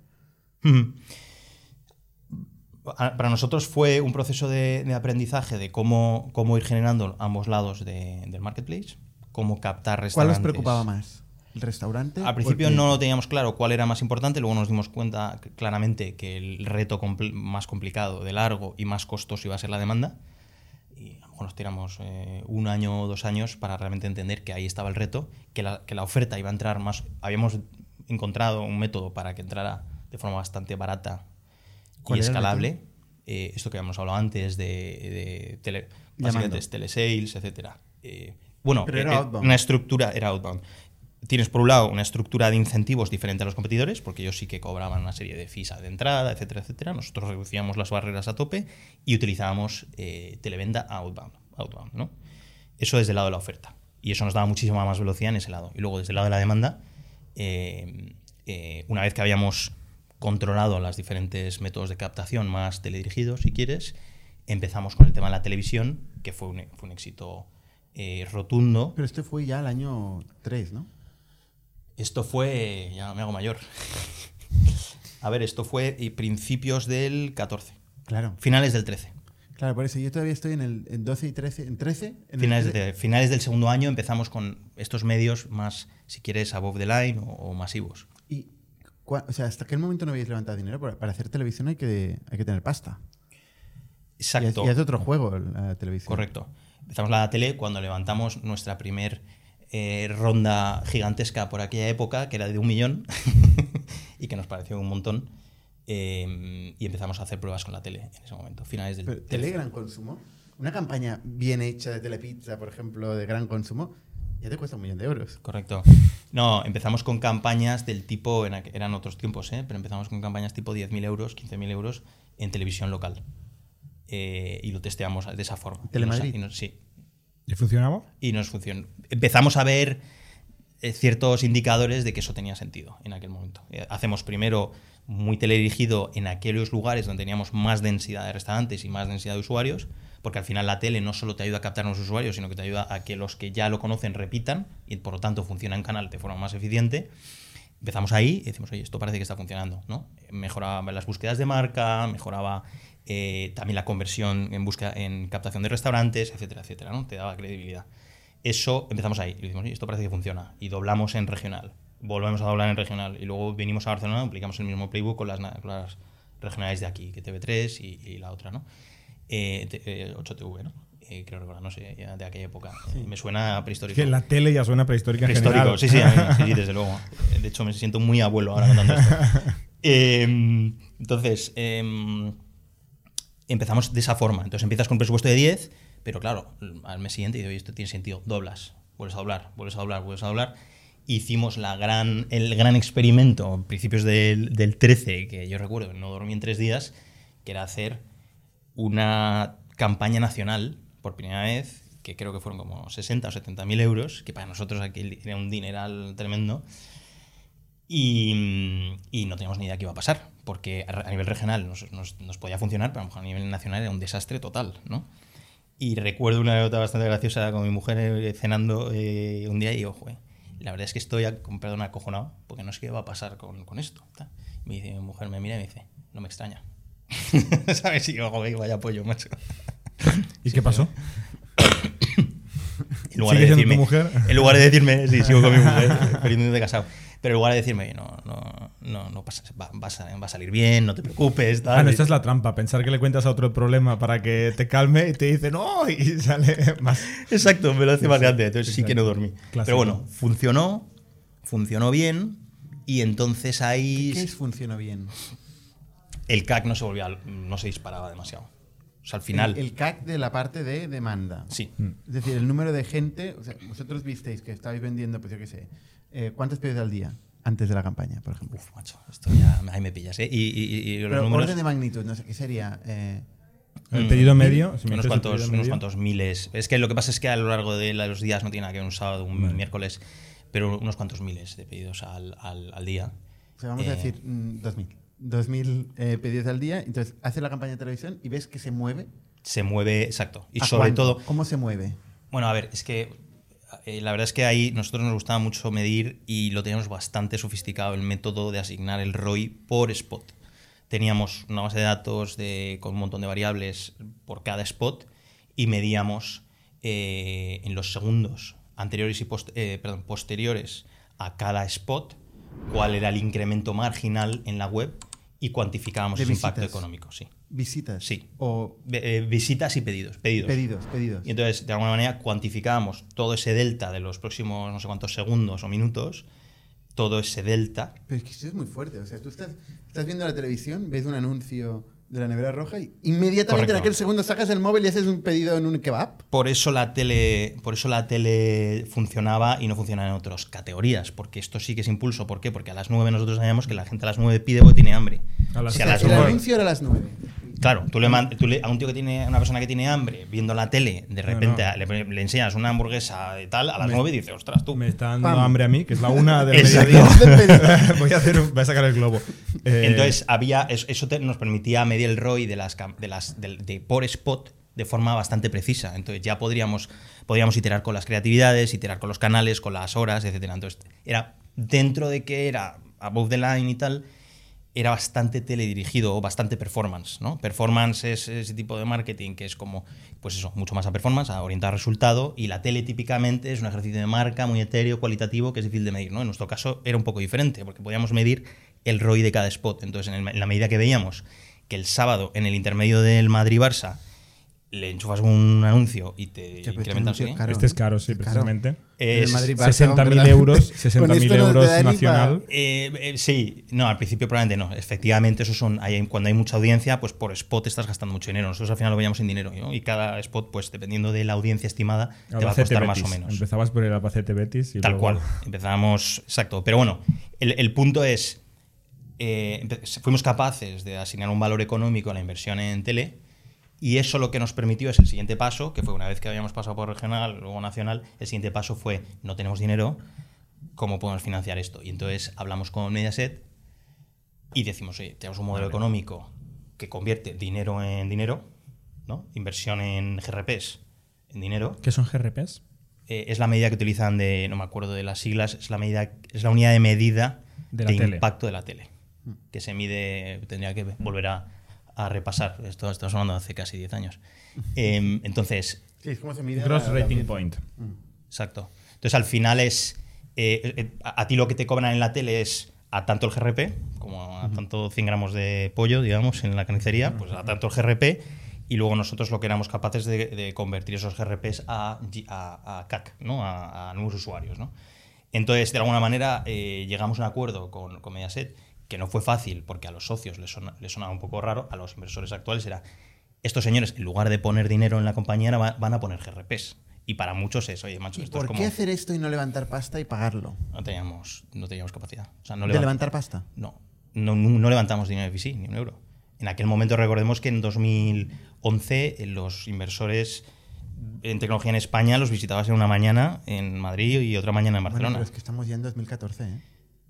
Para nosotros fue un proceso de aprendizaje de cómo ir generando ambos lados del marketplace, cómo captar restaurantes. ¿Cuál os preocupaba más? ¿El restaurante? Al principio no lo teníamos claro cuál era más importante, luego nos dimos cuenta claramente que el reto más complicado, de largo y más costoso iba a ser la demanda. Y a lo mejor nos tiramos 1 año o 2 años para realmente entender que ahí estaba el reto, que la oferta iba a entrar más. Habíamos encontrado un método para que entrara de forma bastante barata y escalable. Esto que habíamos hablado antes de básicamente telesales, etcétera. Pero era outbound. Una estructura era outbound. Tienes por un lado una estructura de incentivos diferente a los competidores, porque ellos sí que cobraban una serie de fees de entrada, etcétera, etcétera. Nosotros reducíamos las barreras a tope y utilizábamos televenta outbound, ¿no? Eso desde el lado de la oferta. Y eso nos daba muchísima más velocidad en ese lado. Y luego desde el lado de la demanda, una vez que habíamos controlado los diferentes métodos de captación más teledirigidos, si quieres, empezamos con el tema de la televisión, que fue un éxito rotundo. Pero esto fue ya el año 3, ¿no? Esto fue, ya me hago mayor. A ver, esto fue principios del 14. Claro. Finales del 13. Claro, por eso yo todavía estoy en 12 y 13. ¿En 13? Finales del segundo año empezamos con estos medios más, si quieres, above the line o masivos. Y, o sea, ¿hasta qué momento no habéis levantado dinero? Para hacer televisión hay que tener pasta. Exacto. Y es otro juego la televisión. Correcto. Empezamos la tele cuando levantamos nuestra primer ronda gigantesca por aquella época, que era de 1 millón, y que nos pareció un montón. Y empezamos a hacer pruebas con la tele en ese momento, finales del... Pero, ¿tele gran consumo? Una campaña bien hecha de Telepizza, por ejemplo, de gran consumo, ya te cuesta 1 millón de euros. Correcto. No, empezamos con campañas del tipo, eran otros tiempos, pero empezamos con campañas tipo 10.000 euros, 15.000 euros en televisión local. Y lo testeamos de esa forma. ¿Telemadrid? Sí. ¿Y funcionaba? Y nos funcionó. Empezamos a ver ciertos indicadores de que eso tenía sentido en aquel momento. Hacemos primero muy teledirigido en aquellos lugares donde teníamos más densidad de restaurantes y más densidad de usuarios, porque al final la tele no solo te ayuda a captar a los usuarios, sino que te ayuda a que los que ya lo conocen repitan y por lo tanto funciona en canal de forma más eficiente. Empezamos ahí y decimos, oye, esto parece que está funcionando, ¿no? Mejoraba las búsquedas de marca, mejoraba también la conversión en captación de restaurantes, etcétera, etcétera, ¿no? Te daba credibilidad. Eso empezamos ahí y decimos, oye, esto parece que funciona. Y doblamos en regional, volvemos a doblar en regional y luego venimos a Barcelona, aplicamos el mismo playbook con las regionales de aquí, que TV3 y la otra, ¿no? 8TV, ¿no? Creo recordar, no sé, ya de aquella época. Sí. Me suena prehistórico. Es que la tele ya suena prehistórica en prehistórico, general. Sí, desde luego. De hecho, me siento muy abuelo ahora contando esto. Entonces, empezamos de esa forma. Entonces empiezas con un presupuesto de 10, pero claro, al mes siguiente dices, oye, esto tiene sentido, doblas, vuelves a doblar. Hicimos el gran experimento a principios del 13, que yo recuerdo, no dormí en 3 días, que era hacer una campaña nacional por primera vez, que creo que fueron como 60 o 70.000 euros, que para nosotros aquí era un dineral tremendo, y no teníamos ni idea qué iba a pasar, porque a nivel regional nos podía funcionar, pero a lo mejor a nivel nacional era un desastre total, ¿no? Y recuerdo una anécdota bastante graciosa con mi mujer cenando un día y digo, joder, la verdad es que estoy, perdón, acojonado, porque no sé qué va a pasar con esto. Me dice, mi mujer me mira y me dice, no me extraña. ¿Sabes? Y yo, joder, vaya pollo, macho. ¿Y qué pasó? En lugar de decirme, sí, sigo con mi mujer, felizmente casado. Pero en lugar de decirme, no pasa, va a salir bien, no te preocupes. Tal. No, esta es la trampa, pensar que le cuentas a otro el problema para que te calme y te dice no, y sale más. Exacto, me lo hace más grande, entonces sí que no dormí. Clásico. Pero bueno, funcionó bien y entonces ahí... ¿Qué funcionó bien? El CAC no se disparaba demasiado. O sea, al final... El CAC de la parte de demanda. Sí. Es decir, el número de gente... O sea, vosotros visteis que estabais vendiendo, pues yo qué sé, ¿cuántos pedidos al día antes de la campaña, por ejemplo? Uf, macho, esto ya ahí me pillas, ¿eh? Y los pero números... orden de magnitud, no sé, ¿qué sería? El pedido medio... unos cuantos miles. Es que lo que pasa es que a lo largo de los días no tiene nada que ver un sábado, un miércoles, pero unos cuantos miles de pedidos al día. O sea, vamos a decir 2.000. 2.000 pedidos al día, entonces haces la campaña de televisión y ves que se mueve. Se mueve, exacto. Y ¿A sobre cuánto? todo... ¿Cómo se mueve? Bueno, a ver, es que la verdad es que ahí nosotros nos gustaba mucho medir y lo teníamos bastante sofisticado, el método de asignar el ROI por spot. Teníamos una base de datos con un montón de variables por cada spot y medíamos en los segundos anteriores y posteriores a cada spot cuál era el incremento marginal en la web y cuantificábamos ese impacto económico. Sí. ¿Visitas? Sí. O visitas y pedidos. Pedidos. Y entonces, de alguna manera, cuantificábamos todo ese delta de los próximos no sé cuántos segundos o minutos, todo ese delta. Pero es que eso es muy fuerte. O sea, tú estás viendo la televisión, ves un anuncio de la nevera roja y inmediatamente Correcto. en aquel segundo sacas el móvil y haces un pedido en un kebab. Por eso la tele funcionaba y no funciona en otras categorías, porque esto sí que es impulso. ¿Por qué? Porque a las 9 nosotros sabíamos que la gente a las 9 pide porque tiene hambre. El anuncio era a las 9. Claro, tú a un tío una persona que tiene hambre, viendo la tele, de repente le enseñas una hamburguesa de tal, a las 9 y dices, ostras, tú. Me está dando hambre a mí, que es la 1 del Exacto. mediodía. Voy a sacar el globo. Entonces, eso nos permitía medir el ROI de por spot de forma bastante precisa. Entonces, ya podríamos iterar con las creatividades, iterar con los canales, con las horas, etcétera. Entonces, era dentro de que era above the line y tal, era bastante teledirigido o bastante performance, ¿no? Performance es ese tipo de marketing que es como, pues eso, mucho más a performance, a orientar resultado, y la tele típicamente es un ejercicio de marca muy etéreo, cualitativo, que es difícil de medir, ¿no? En nuestro caso era un poco diferente, porque podíamos medir el ROI de cada spot. Entonces, en la medida que veíamos que el sábado, en el intermedio del Madrid-Barça, le enchufas un anuncio y te Ya, pero incrementan este anuncio así. es caro. Este es caro, sí, Es caro. precisamente. Es- El Madrid Barça, 60.000 ¿verdad? euros, Con 60.000 esto no te euros da ni nacional. Sí, no, al principio probablemente no. Efectivamente, eso son cuando hay mucha audiencia, pues por spot estás gastando mucho dinero. Nosotros al final lo veíamos en dinero, ¿no? Y cada spot, pues dependiendo de la audiencia estimada, te va a Albacete costar más o Betis. menos. Empezabas por el Albacete Betis y Tal luego- cual. Empezábamos, exacto. Pero bueno, el punto es, fuimos capaces de asignar un valor económico a la inversión en tele y eso lo que nos permitió es el siguiente paso, que fue una vez que habíamos pasado por regional, luego nacional, el siguiente paso fue, no tenemos dinero, ¿cómo podemos financiar esto? Y entonces hablamos con Mediaset y decimos, oye, tenemos un modelo económico que convierte dinero en dinero, ¿no? Inversión en GRPs en dinero. ¿Qué son GRPs? Es la medida que utilizan no me acuerdo de las siglas, es la unidad de medida De la tele. impacto de la tele. Que se mide, tendría que volver a repasar. Esto estamos hablando de hace casi 10 años. Entonces, Sí, es como se mide Gross la Rating audiencia. Point. exacto. Entonces, al final es. A ti lo que te cobran en la tele es a tanto el GRP, como a tanto 100 gramos de pollo, digamos, en la carnicería, pues a tanto el GRP. Y luego nosotros lo que éramos capaces de convertir esos GRPs a CAC, ¿no? A nuevos usuarios, ¿no? Entonces, de alguna manera, llegamos a un acuerdo con Mediaset, que no fue fácil, porque a los socios les sonaba un poco raro, a los inversores actuales era, estos señores, en lugar de poner dinero en la compañía, van a poner GRPs. Y para muchos es, oye, macho, ¿Y esto por es como... qué hacer esto y no levantar pasta y pagarlo? No teníamos capacidad. O sea, ¿De levantar pasta? No levantamos dinero de VC, ni un euro. En aquel momento recordemos que en 2011 los inversores en tecnología en España los visitabas en una mañana en Madrid y otra mañana en Bueno, Barcelona. pero es que estamos ya en 2014, ¿eh?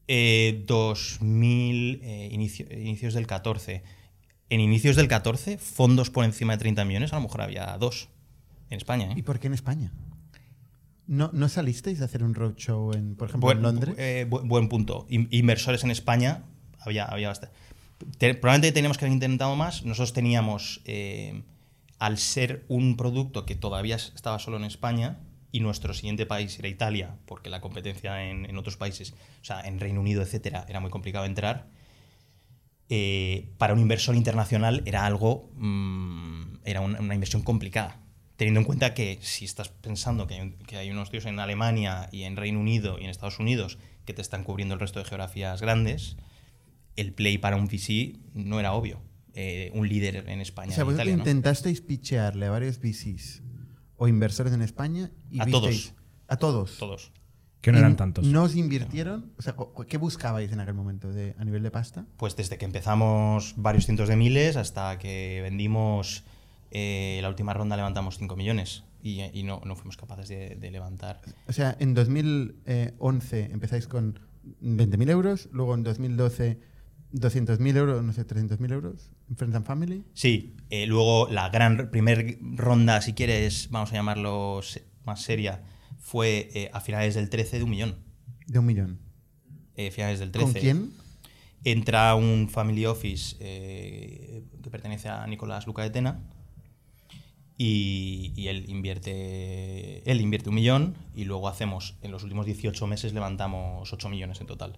inicios del 14. En inicios del 14, fondos por encima de 30 millones, a lo mejor había 2 en España. ¿Y por qué en España? ¿No salisteis a hacer un roadshow, por ejemplo, en Londres? Buen punto. Inversores en España había bastante. Probablemente teníamos que haber intentado más. Nosotros teníamos, al ser un producto que todavía estaba solo en España, y nuestro siguiente país era Italia, porque la competencia en otros países, o sea, en Reino Unido, etcétera, era muy complicado entrar. Para un inversor internacional era algo, era una inversión complicada. Teniendo en cuenta que si estás pensando que hay unos tíos en Alemania y en Reino Unido y en Estados Unidos que te están cubriendo el resto de geografías grandes, el play para un VC no era obvio. Un líder en España, O sea, en vosotros Italia, ¿no? intentasteis pitchearle a varios VCs o inversores en España y A visteis... todos. A todos. Todos. Que no ¿Y eran tantos. ¿No os invirtieron? O sea, ¿qué buscabais en aquel momento a nivel de pasta? Pues desde que empezamos varios cientos de miles hasta que vendimos la última ronda levantamos 5 millones y no fuimos capaces de levantar. O sea, en 2011 empezáis con 20.000 euros, luego en 2012 200.000 euros, no sé, 300.000 euros en Friends and Family. Sí, luego la primer ronda, si quieres, vamos a llamarlo más seria, fue a finales del 13 de 1 millón. De 1 millón. Finales del 13. ¿Con quién? Entra un family office que pertenece a Nicolás Luca de Tena y él invierte 1 millón y luego hacemos, en los últimos 18 meses levantamos 8 millones en total.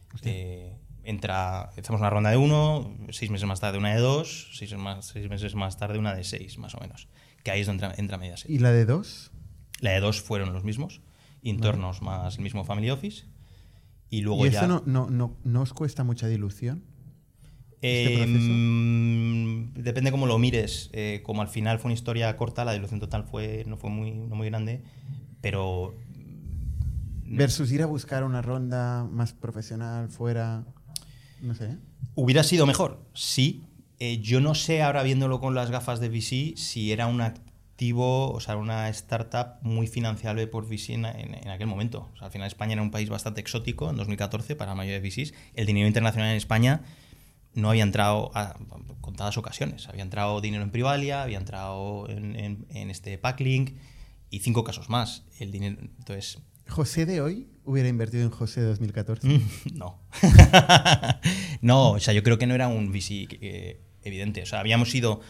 Hacemos una ronda de 1, 6 meses más tarde una de 2, 6 meses más tarde una de 6, más o menos. Que ahí es donde entra Mediaset. ¿Y la de 2? La de 2 fueron los mismos, internos más el mismo family office. Y luego ¿Y ya... eso no os cuesta mucha dilución? ¿Este proceso? Depende cómo lo mires. Como al final fue una historia corta, la dilución total no fue muy grande, pero... Versus ir a buscar una ronda más profesional fuera, no sé. ¿Hubiera sido mejor? Sí. Yo no sé, ahora viéndolo con las gafas de VC, si era un activo, o sea, una startup muy financiable por VC en aquel momento. O sea, al final España era un país bastante exótico en 2014 para la mayoría de VCs. El dinero internacional en España no había entrado a contadas ocasiones. Había entrado dinero en Privalia, había entrado en este Packlink y 5 casos más. El dinero, entonces... ¿José de hoy hubiera invertido en José de 2014? No. No, o sea, yo creo que no era un VC evidente. O sea, habíamos ido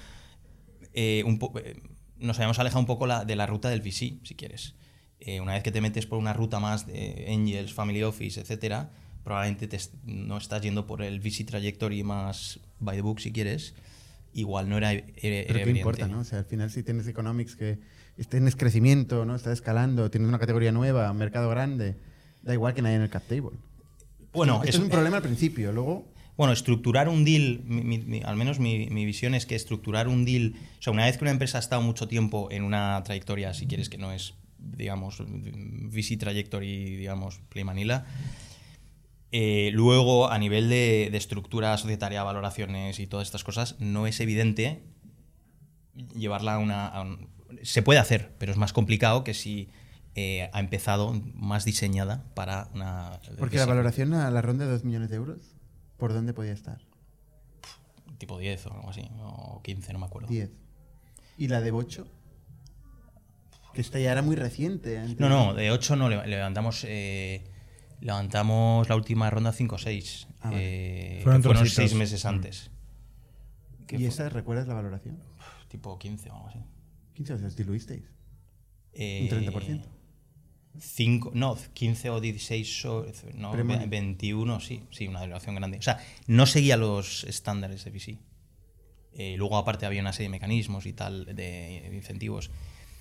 nos habíamos alejado un poco de la ruta del VC, si quieres. Una vez que te metes por una ruta más de Angels, Family Office, etcétera, probablemente no estás yendo por el VC trajectory más by the book, si quieres. igual no era Pero ¿qué evidente. importa, no? O sea, al final si tienes economics que tienes crecimiento, ¿no? Estás escalando, tienes una categoría nueva, un mercado grande, da igual que nadie en el cap table. Bueno, Esto es un problema al principio, luego... Bueno, estructurar un deal, al menos mi visión es que estructurar un deal, o sea, una vez que una empresa ha estado mucho tiempo en una trayectoria, si quieres que no es, digamos, VC trajectory, digamos, Play Manila, luego a nivel de estructura societaria, valoraciones y todas estas cosas, no es evidente llevarla se puede hacer, pero es más complicado que si ha empezado más diseñada para una... Porque la valoración a la ronda de 2 millones de euros, ¿por dónde podía estar? Tipo 10 o algo así, o 15, no me acuerdo. 10. ¿Y la de 8? Que esta ya era muy reciente. No, de 8 no, levantamos la última ronda 5 o 6. Ah, vale. Fueron 6 meses antes. ¿Y esa recuerdas la valoración? Tipo 15 o algo así. 15, o sea, os diluisteis. Un 30%. 15 o 16, no, Pre-money. 21, sí, una dilución grande. O sea, no seguía los estándares de VC. Luego, aparte, había una serie de mecanismos y tal, de incentivos.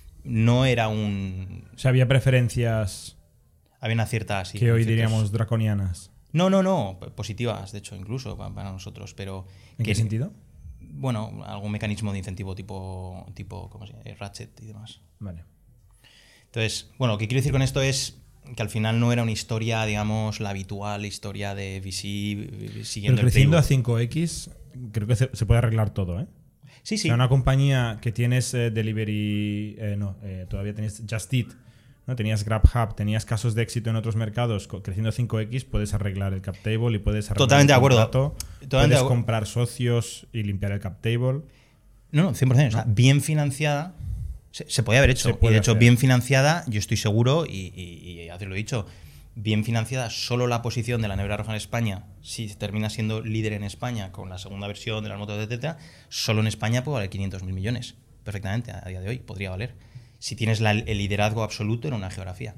No era un... O sea, había preferencias Había una cierta... Sí, que hoy ciertos- diríamos draconianas. No, positivas, de hecho, incluso para nosotros, pero... ¿En qué sentido? Bueno, algún mecanismo de incentivo tipo ¿cómo se llama? Ratchet y demás. Vale. Entonces, bueno, lo que quiero decir con esto es que al final no era una historia, digamos, la habitual historia de VC Pero siguiendo el creciendo a playbook. 5X, creo que se puede arreglar todo, ¿eh? Sí, O sea, una compañía que tienes delivery... todavía tenías Just Eat, ¿no? Tenías GrabHub, tenías casos de éxito en otros mercados. Creciendo a 5X puedes arreglar el cap table y puedes arreglar Totalmente el de acuerdo. contrato, Totalmente puedes de acuerdo. comprar socios y limpiar el cap table. No, 100%. O sea, bien financiada, se podía haber hecho. Se puede Y de hecho, hacer. bien financiada, yo estoy seguro, y ya te lo he dicho, bien financiada, solo la posición de la Nevera Roja en España, si termina siendo líder en España con la segunda versión de las motos, etcétera, solo en España puede valer 500.000 millones. Perfectamente, a día de hoy podría valer. Si tienes el liderazgo absoluto en una geografía.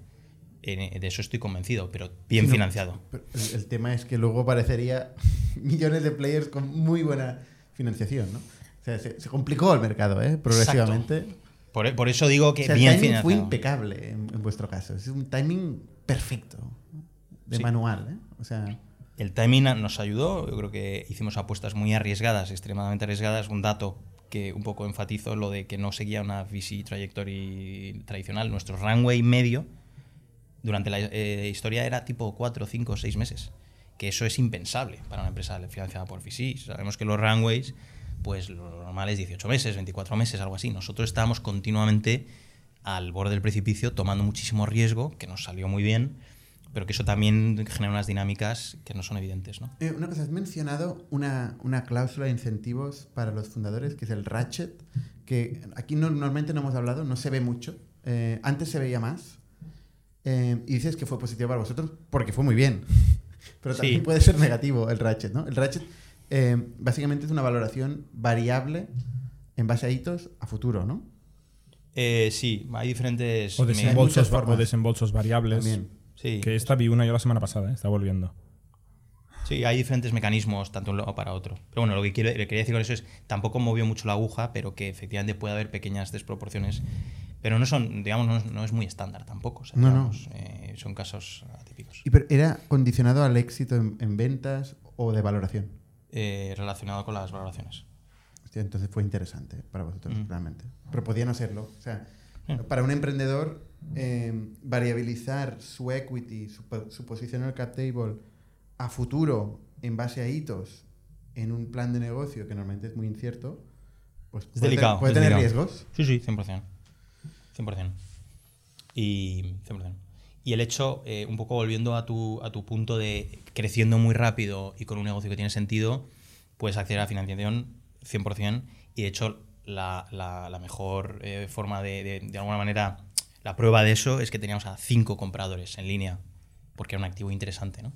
De eso estoy convencido, pero bien Sí, no, financiado. pero el tema es que luego parecería millones de players con muy buena financiación, ¿no? O sea, se complicó el mercado, progresivamente. Por eso digo que O sea, el bien timing financiado. fue impecable en vuestro caso. Es un timing perfecto, de Sí. manual, ¿eh? O sea, El timing nos ayudó, yo creo que hicimos apuestas muy arriesgadas, extremadamente arriesgadas. Un dato que un poco enfatizo lo de que no seguía una VC trajectory tradicional. Nuestro runway medio durante la historia era tipo 4, 5, 6 meses. Que eso es impensable para una empresa financiada por VC. Sabemos que los runways, pues lo normal es 18 meses, 24 meses, algo así. Nosotros estábamos continuamente al borde del precipicio, tomando muchísimo riesgo, que nos salió muy bien, pero que eso también genera unas dinámicas que no son evidentes, ¿no? una cosa, has mencionado una cláusula de incentivos para los fundadores, que es el ratchet, que aquí normalmente no hemos hablado, no se ve mucho. Antes se veía más. Y dices que fue positivo para vosotros porque fue muy bien. Pero también Sí. puede ser negativo el ratchet, ¿no? El ratchet básicamente es una valoración variable en base a hitos a futuro, ¿no? Sí, hay diferentes... O muchas formas. desembolsos variables. También. Sí, Que esta vi una yo la semana pasada, está volviendo. sí, hay diferentes mecanismos, tanto de un lado para otro. Pero bueno, lo que quería decir con eso es, tampoco movió mucho la aguja, pero que efectivamente puede haber pequeñas desproporciones. Pero no son, digamos, no es muy estándar tampoco. O sea, No, digamos, son casos atípicos. ¿Y pero era condicionado al éxito en ventas o de valoración? Relacionado con las valoraciones. Hostia, entonces fue interesante para vosotros, realmente. Pero podía no serlo. O sea, Mm. para un emprendedor, variabilizar su equity, su posición en el cap table a futuro en base a hitos en un plan de negocio que normalmente es muy incierto, pues Es delicado. puede es tener delicado. riesgos. Sí, 100%. 100%. Y 100%. Y el hecho, un poco volviendo a tu punto de creciendo muy rápido y con un negocio que tiene sentido, puedes acceder a la financiación 100%. Y de hecho, la mejor forma de alguna manera, la prueba de eso es que teníamos a 5 compradores en línea, porque era un activo interesante, ¿no?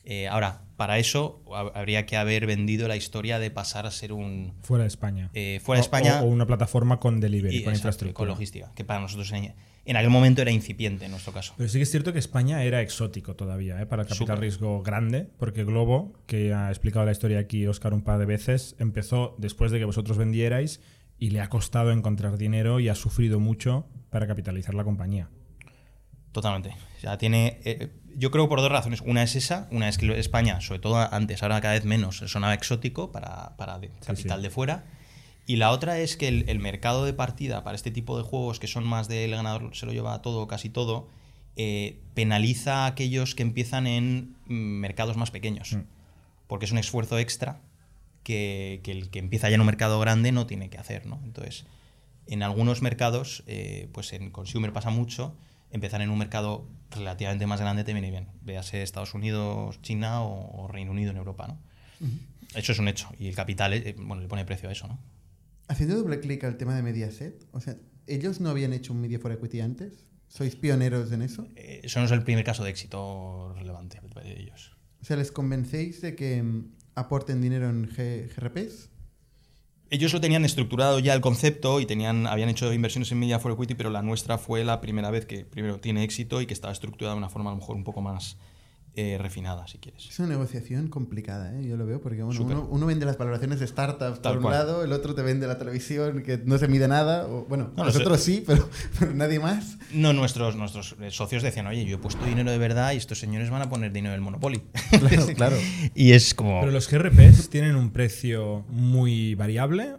Ahora, para eso habría que haber vendido la historia de pasar a ser un... Fuera de España. Fuera de España. O una plataforma con delivery, con Exacto, infraestructura. con logística, que para nosotros en aquel momento era incipiente en nuestro caso. Pero sí que es cierto que España era exótico todavía, para el capital riesgo grande, porque Globo, que ha explicado la historia aquí Óscar un par de veces, empezó después de que vosotros vendierais y le ha costado encontrar dinero y ha sufrido mucho para capitalizar la compañía. Totalmente. O sea, tiene... yo creo por dos razones. Una es esa, una es que España, sobre todo antes, ahora cada vez menos, sonaba exótico para capital de fuera. Y la otra es que el mercado de partida para este tipo de juegos, que son más del ganador se lo lleva todo, casi todo, penaliza a aquellos que empiezan en mercados más pequeños. Porque es un esfuerzo extra que el que empieza ya en un mercado grande no tiene que hacer, ¿no? Entonces, en algunos mercados, pues en consumer pasa mucho, empezar en un mercado relativamente más grande te viene bien. Véase Estados Unidos, China o Reino Unido en Europa, ¿no? Eso es un hecho. Y el capital, le pone precio a eso, ¿no? Haciendo doble clic al tema de Mediaset, o sea, ¿ellos no habían hecho un Media for Equity antes? ¿Sois pioneros en eso? Eso no es el primer caso de éxito relevante de ellos. O sea, ¿les convencéis de que aporten dinero en GRPs? Ellos lo tenían estructurado ya el concepto y habían hecho inversiones en Media for Equity, pero la nuestra fue la primera vez que primero tiene éxito y que estaba estructurada de una forma a lo mejor un poco más refinada, si quieres. Es una negociación complicada, yo lo veo, porque uno vende las valoraciones de startups por un lado, el otro te vende la televisión que no se mide nada, nosotros sí, pero nadie más. No, nuestros socios decían, oye, yo he puesto dinero de verdad y estos señores van a poner dinero del Monopoly. Claro. Y es como... ¿Pero los GRPs tienen un precio muy variable?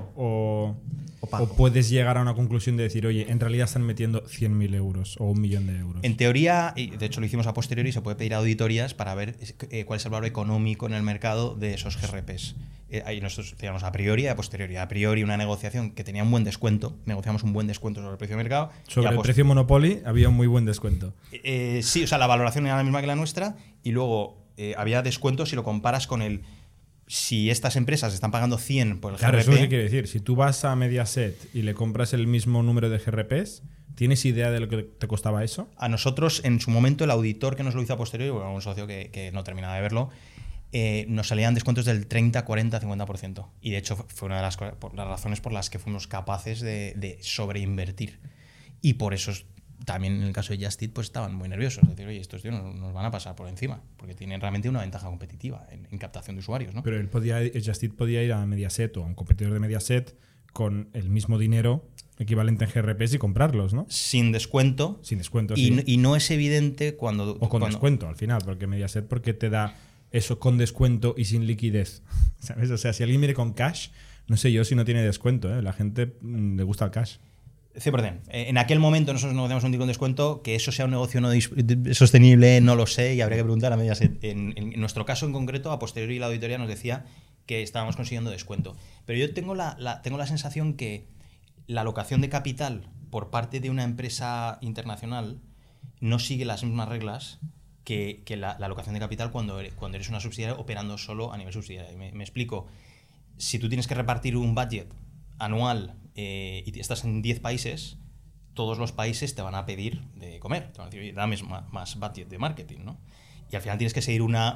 ¿O puedes llegar a una conclusión de decir, oye, en realidad están metiendo 100.000 euros o 1.000.000 de euros? En teoría, y de hecho lo hicimos a posteriori, se puede pedir auditorías para ver cuál es el valor económico en el mercado de esos GRPs. Ahí nosotros decíamos a priori y a posteriori. A priori una negociación que tenía un buen descuento, negociamos un buen descuento sobre el precio de mercado. Sobre el precio Monopoly había un muy buen descuento. Sí, o sea, la valoración era la misma que la nuestra y luego había descuento si lo comparas con el... Si estas empresas están pagando 100 por el GRP... Claro, eso es lo que quiere decir. Si tú vas a Mediaset y le compras el mismo número de GRPs, ¿tienes idea de lo que te costaba eso? A nosotros, en su momento, el auditor que nos lo hizo a posteriori, bueno, un socio que no terminaba de verlo, nos salían descuentos del 30, 40, 50%. Y de hecho fue una de las razones por las que fuimos capaces de sobreinvertir. Y por eso también en el caso de Just Eat pues estaban muy nerviosos. Es decir, oye, estos tíos nos van a pasar por encima, porque tienen realmente una ventaja competitiva en captación de usuarios, ¿no? Pero Just Eat podía ir a Mediaset o a un competidor de Mediaset con el mismo dinero equivalente en GRPs y comprarlos, ¿no? Sin descuento, sí. Y no es evidente cuando... O con descuento al final, porque Mediaset porque te da eso con descuento y sin liquidez, ¿sabes? O sea, si alguien viene con cash, no sé yo si no tiene descuento, ¿eh? La gente le gusta el cash. 100%. En aquel momento nosotros negociamos un deal con descuento. Que eso sea un negocio no sostenible, no lo sé, y habría que preguntar a Mediaset. En nuestro caso en concreto, a posteriori la auditoría nos decía que estábamos consiguiendo descuento. Pero yo tengo la sensación que la alocación de capital por parte de una empresa internacional no sigue las mismas reglas que la alocación de capital cuando eres una subsidiaria operando solo a nivel subsidiaria. Me explico. Si tú tienes que repartir un budget anual y estás en 10 países, todos los países te van a pedir de comer. Te van a decir, oye, dame más budget de marketing, ¿no? Y al final tienes que seguir una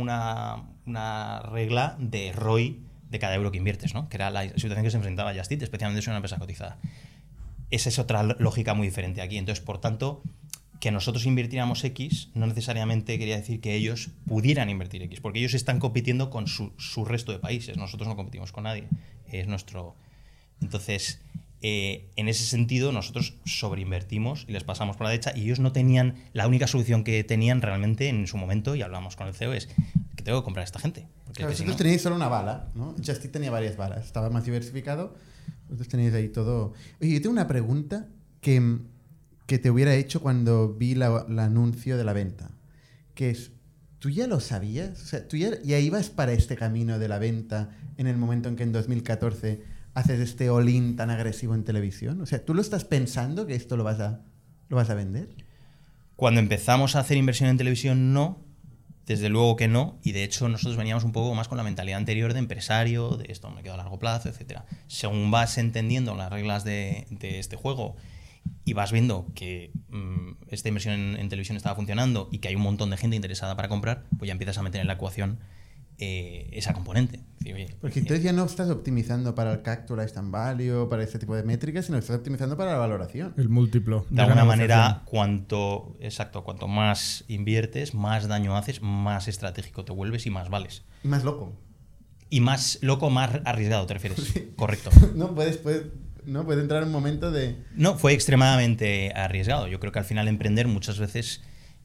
regla de ROI de cada euro que inviertes, ¿no? Que era la situación que se enfrentaba Just Eat, especialmente si una empresa cotizada. Esa es otra lógica muy diferente aquí. Entonces, por tanto, que nosotros invirtiéramos X no necesariamente quería decir que ellos pudieran invertir X, porque ellos están compitiendo con su resto de países. Nosotros no competimos con nadie. Es nuestro... Entonces, en ese sentido, nosotros sobreinvertimos y les pasamos por la derecha, y ellos no tenían... La única solución que tenían realmente en su momento, y hablamos con el CEO, es que tengo que comprar a esta gente. Porque claro, vosotros teníais solo una bala, ¿no? Just Eat tenía varias balas, estaba más diversificado. Vosotros teníais ahí todo... Oye, yo tengo una pregunta que te hubiera hecho cuando vi el anuncio de la venta, que es, ¿tú ya lo sabías? O sea, ¿tú ya ibas para este camino de la venta en el momento en que en 2014 haces este all-in tan agresivo en televisión? O sea, ¿tú lo estás pensando que esto lo vas a vender? Cuando empezamos a hacer inversión en televisión, no. Desde luego que no. Y de hecho nosotros veníamos un poco más con la mentalidad anterior de empresario, de esto me quedo a largo plazo, etcétera. Según vas entendiendo las reglas de este juego y vas viendo que esta inversión en televisión estaba funcionando y que hay un montón de gente interesada para comprar, pues ya empiezas a meter en la ecuación esa componente. Es decir, oye, Porque entonces ya no estás optimizando para el CAC to Lifetime Value, para este tipo de métricas, sino que estás optimizando para la valoración. El múltiplo. de alguna manera, cuanto más inviertes, más daño haces, más estratégico te vuelves y más vales. Y más loco. Y más loco, más arriesgado, ¿te refieres? Sí. Correcto. No puede entrar en un momento de... No, fue extremadamente arriesgado. Yo creo que al final emprender muchas veces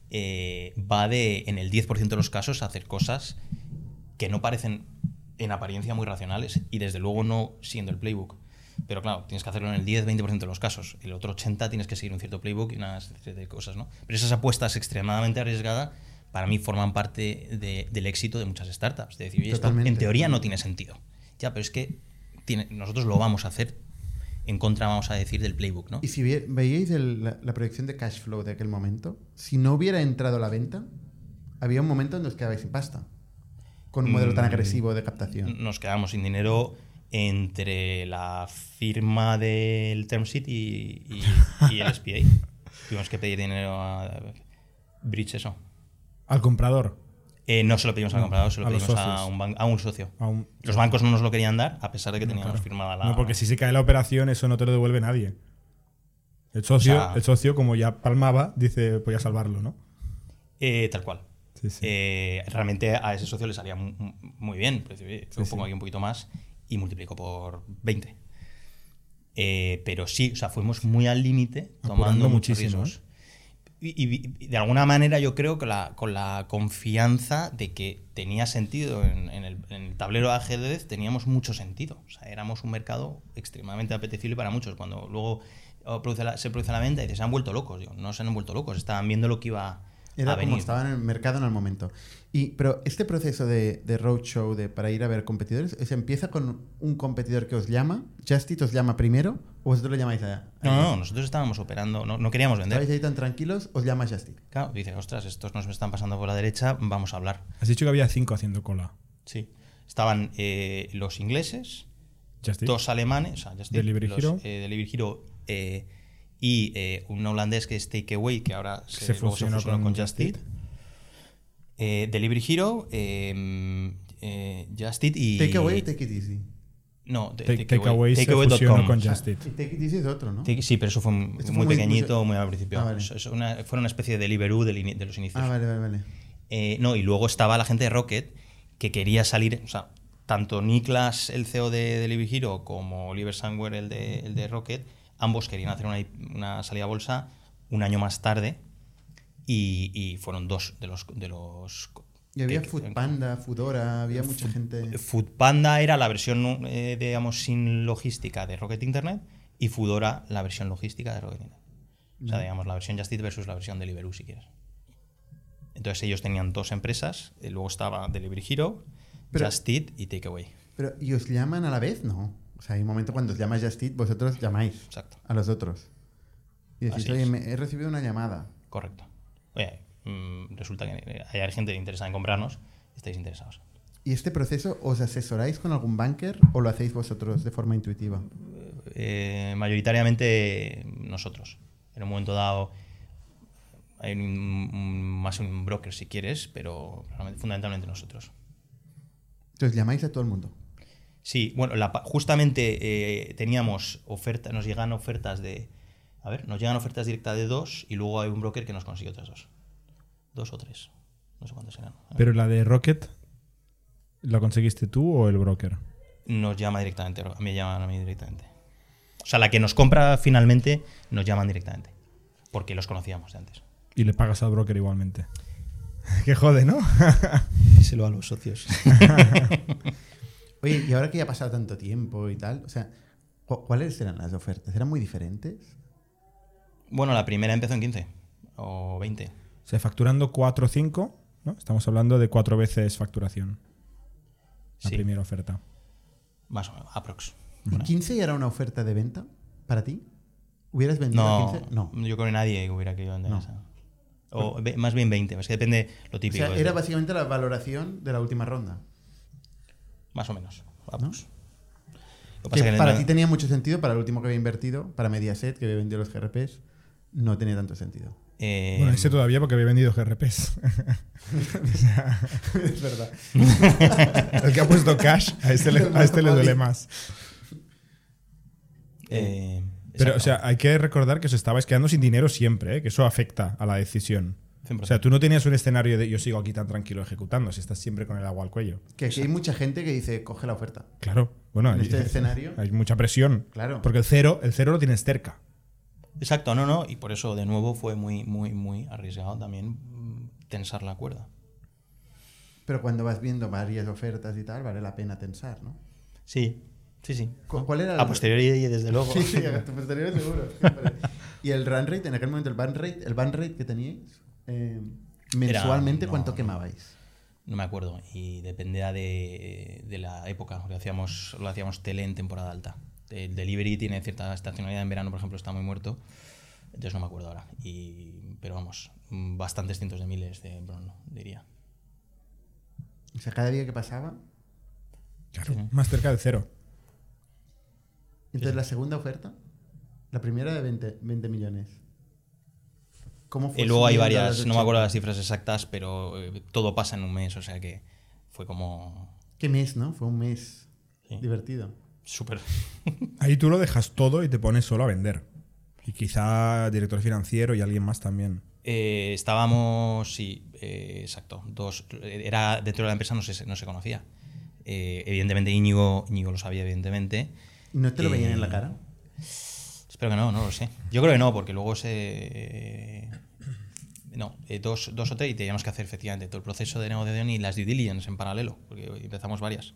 va en el 10% de los casos, a hacer cosas que no parecen en apariencia muy racionales y desde luego no siendo el playbook. Pero claro, tienes que hacerlo en el 10-20% de los casos. El otro 80% tienes que seguir un cierto playbook y una serie de cosas, ¿no? Pero esas apuestas extremadamente arriesgadas para mí forman parte del éxito de muchas startups. Es decir, oye, esto en teoría no tiene sentido. Ya, pero es que nosotros lo vamos a hacer en contra, vamos a decir, del playbook, ¿no? Y si veíais la proyección de cash flow de aquel momento, si no hubiera entrado la venta, había un momento en el que quedabais sin pasta. Con un modelo tan agresivo de captación. Nos quedamos sin dinero entre la firma del term sheet y el SPA. Tuvimos que pedir dinero a Bridge, eso. ¿Al comprador? No se lo pedimos al comprador, se lo a los pedimos socios. a un socio. Aún. Los bancos no nos lo querían dar, a pesar de que teníamos Claro. firmada la... No, porque si se cae la operación, eso no te lo devuelve nadie. El socio, como ya palmaba, dice, voy a salvarlo, ¿no? Tal cual. Sí, sí. Realmente a ese socio le salía muy bien. Pues, fue un poquito más y multiplicó por 20. Pero sí, o sea, fuimos muy al límite, tomando muchos riesgos. Y de alguna manera yo creo que con la confianza de que tenía sentido en el tablero de ajedrez, teníamos mucho sentido. O sea, éramos un mercado extremadamente apetecible para muchos. Cuando luego se produce la venta y se han vuelto locos. Digo, no se han vuelto locos, estaban viendo lo que iba Era a venir. como estaba en el mercado en el momento. Pero este proceso de roadshow, para ir a ver competidores, ¿se empieza con un competidor que os llama? ¿Just Eat os llama primero? ¿O vosotros lo llamáis allá? No, nosotros estábamos operando, no queríamos vender. ¿Estabais ahí tan tranquilos? ¿Os llama Just Eat? Claro, dices, ostras, estos nos están pasando por la derecha, vamos a hablar. Has dicho que había 5 haciendo cola. Sí. Estaban los ingleses, Just Eat. 2 alemanes, o sea, Just Eat, Delivery Hero. Delivery Hero y un holandés que es Takeaway, que ahora se luego fusionó con Just Eat. Delivery Hero, Just Eat y... Takeaway y Take It Easy. No, Takeaway se fusionó con Just Eat. Y Take It Easy es otro, ¿no? Sí, pero eso fue muy pequeñito, muy al principio. Ah, vale. Fue una especie de Deliveroo de los inicios. Ah, vale. No, y luego estaba la gente de Rocket que quería salir, o sea, tanto Niklas, el CEO de Delivery Hero, como Oliver Sandwer, el de Rocket, ambos querían hacer una salida a bolsa un año más tarde y fueron 2 de los Y había Foodpanda, Foodora, había mucha gente... Foodpanda era la versión, digamos, sin logística de Rocket Internet y Foodora la versión logística de Rocket Internet. O sea, digamos, la versión Just Eat versus la versión Deliveroo, si quieres. Entonces ellos tenían 2 empresas, luego estaba Delivery Hero, Just Eat y Takeaway. Pero, ¿y os llaman a la vez? No. O sea, hay un momento cuando os llama Just Eat, vosotros llamáis. Exacto. A los otros. Y decís, Así oye, es. he recibido una llamada. Correcto. Oye, resulta que hay gente interesada en comprarnos, estáis interesados. ¿Y este proceso os asesoráis con algún banker o lo hacéis vosotros de forma intuitiva? Mayoritariamente nosotros. En un momento dado hay más un broker si quieres, pero fundamentalmente nosotros. Entonces llamáis a todo el mundo. Sí, bueno, justamente teníamos ofertas, nos llegan ofertas directas de 2 y luego hay un broker que nos consigue otras 2. 2 o 3. No sé cuántas eran. Pero la de Rocket, ¿la conseguiste tú o el broker? Nos llama directamente, me llaman a mí directamente. O sea, la que nos compra finalmente nos llaman directamente. Porque los conocíamos de antes. Y le pagas al broker igualmente. Que jode, ¿no? Díselo a los socios. Oye, y ahora que ya ha pasado tanto tiempo y tal, o sea, ¿cuáles eran las ofertas? ¿Eran muy diferentes? Bueno, la primera empezó en 15 o 20. O sea, facturando 4 o 5, ¿no? Estamos hablando de 4 veces facturación. La Sí. primera oferta. Más o menos, aprox. ¿Y 15 ya era una oferta de venta para ti? ¿Hubieras vendido a 15? No. Yo creo que nadie hubiera querido vender No. esa. O más bien 20, es que depende lo O típico. sea, era básicamente la valoración de la última ronda. Más o menos. Aprox. Lo que pasa Que que para no- ti tenía mucho sentido, para el último que había invertido, para Mediaset, que había vendido los GRPs, no tenía tanto sentido. Bueno, ese todavía porque había vendido GRPs. Es verdad. El que ha puesto cash, a este le duele más. Pero, exacto. o sea, hay que recordar que os estabais quedando sin dinero siempre, ¿eh? Que eso afecta a la decisión. 100%. O sea, tú no tenías un escenario de yo sigo aquí tan tranquilo ejecutando, si estás siempre con el agua al cuello. Que aquí hay mucha gente que dice, coge la oferta. Claro, bueno, En este escenario, hay mucha presión. claro. Porque el cero lo tienes cerca. Exacto, no, y por eso de nuevo fue muy, muy, muy arriesgado también tensar la cuerda. Pero cuando vas viendo varias ofertas y tal, vale la pena tensar, ¿no? Sí. ¿Cuál era el... A posteriori, desde luego. Sí, a tu posterior seguro. Siempre. Y el run rate, en aquel momento, el burn rate que teníais, mensualmente, no, ¿cuánto quemabais? No me acuerdo, y dependía de la época. Lo hacíamos tele en temporada alta. El delivery tiene cierta estacionalidad, en verano, por ejemplo, está muy muerto. Entonces no me acuerdo ahora. Pero vamos, bastantes cientos de miles de burn, diría. O sea, cada día que pasaba. Claro, Sí. más cerca del cero. Entonces, la segunda oferta, la primera de 20 millones. ¿Cómo fue? Y luego hay subiendo a varias, las no me 80? acuerdo las cifras exactas, pero todo pasa en un mes, o sea que fue como ¿Qué mes, no? Fue un mes Sí. divertido. súper. Ahí tú lo dejas todo y te pones solo a vender. Y quizá director financiero y alguien más también. Estábamos, sí, exacto. Era dentro de la empresa no se conocía. Evidentemente Íñigo lo sabía, evidentemente. ¿Y no te lo veían en la cara? Espero que no lo sé. Yo creo que no, porque luego dos o tres y teníamos que hacer efectivamente todo el proceso de negociación y las due diligence en paralelo, porque empezamos varias.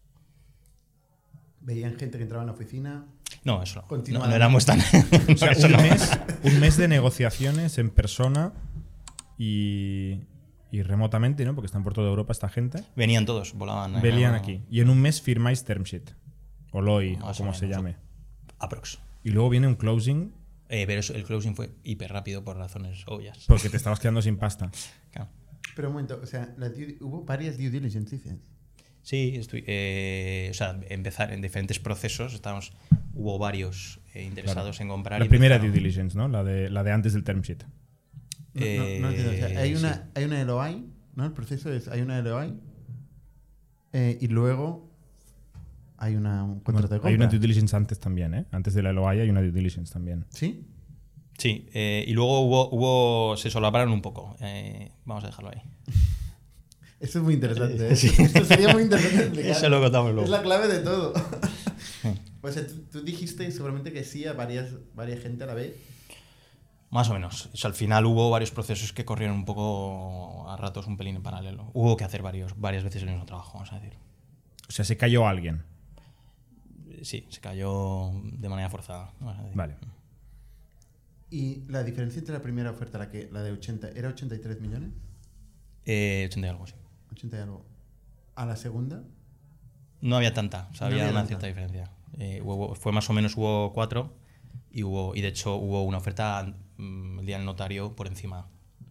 Veían gente que entraba en la oficina. No, eso no. Continuamente. No éramos tan. O sea, eso no. un mes de negociaciones en persona y remotamente, ¿no? Porque están por toda Europa esta gente. Venían todos, volaban. Venían aquí. Y en un mes firmáis term sheet. O LOI, o Más o como se menos. llame. Aprox. Y luego viene un closing Pero el closing fue hiper rápido por razones obvias. porque te estabas quedando sin pasta. Claro. Pero un momento, o sea, hubo varias due diligence, dices. Sí, o sea, empezar en diferentes procesos. Hubo varios interesados en comprar. La y primera empezaron. due diligence, ¿no? La de antes del term sheet. No entiendo. O sea, hay Sí. una LOI, ¿no? El proceso es, hay una LOI y luego hay un contrato de compra. Hay una due diligence antes también, ¿eh? Antes de la LOI hay una due diligence también. ¿Sí? Sí, y luego se solaparon un poco. Vamos a dejarlo ahí. Eso es muy interesante. ¿eh? Sí. Esto sería muy interesante explicar. Eso lo contamos luego. Es la clave de todo. O sea, tú dijiste seguramente que sí a varias gente a la vez. Más o menos. O sea, al final hubo varios procesos que corrieron un poco a ratos un pelín en paralelo. Hubo que hacer varias veces el mismo trabajo, vamos a decir. O sea, se cayó alguien. Sí, se cayó de manera forzada. Vamos a decir. Vale. Y la diferencia entre la primera oferta, la de 80, ¿era 83 millones? 80 y algo, sí. 80 y algo. ¿A la segunda? No había tanta, o sea, No había había una tanta. cierta diferencia. Fue más o menos, hubo 4 y de hecho hubo una oferta el día del notario por encima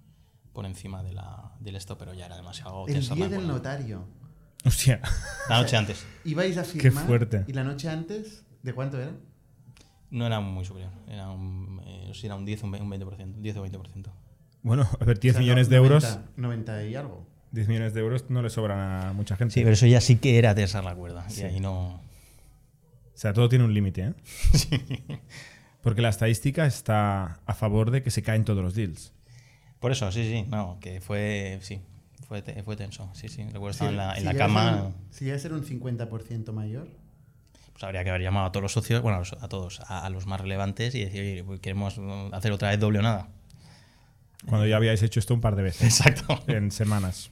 del esto, pero ya era demasiado. El tensar día la del cuerda. notario. Hostia. La noche antes. Ibais a firmar. fuerte. ¿Y la noche antes? ¿De cuánto era? No era muy superior, era no sé si era un 10 o un 20%, 10 o 20%. Bueno, a ver, 10 O sea, millones de 90, euros. 90 y algo. 10 millones de euros no le sobran a mucha gente. Sí, pero eso ya sí que era tensar la cuerda. Sí. Y ahí no. O sea, todo tiene un límite, ¿eh? Porque la estadística está a favor de que se caen todos los deals. Por eso, sí, no, que fue tenso. Sí, recuerdo estar en la llega a cama. ser si llega a ser un 50% mayor. Pues habría que haber llamado a todos los socios, bueno, a todos, a los más relevantes y decir, oye, pues queremos hacer otra vez doble o nada. Cuando ya habíais hecho esto un par de veces. Exacto. En semanas.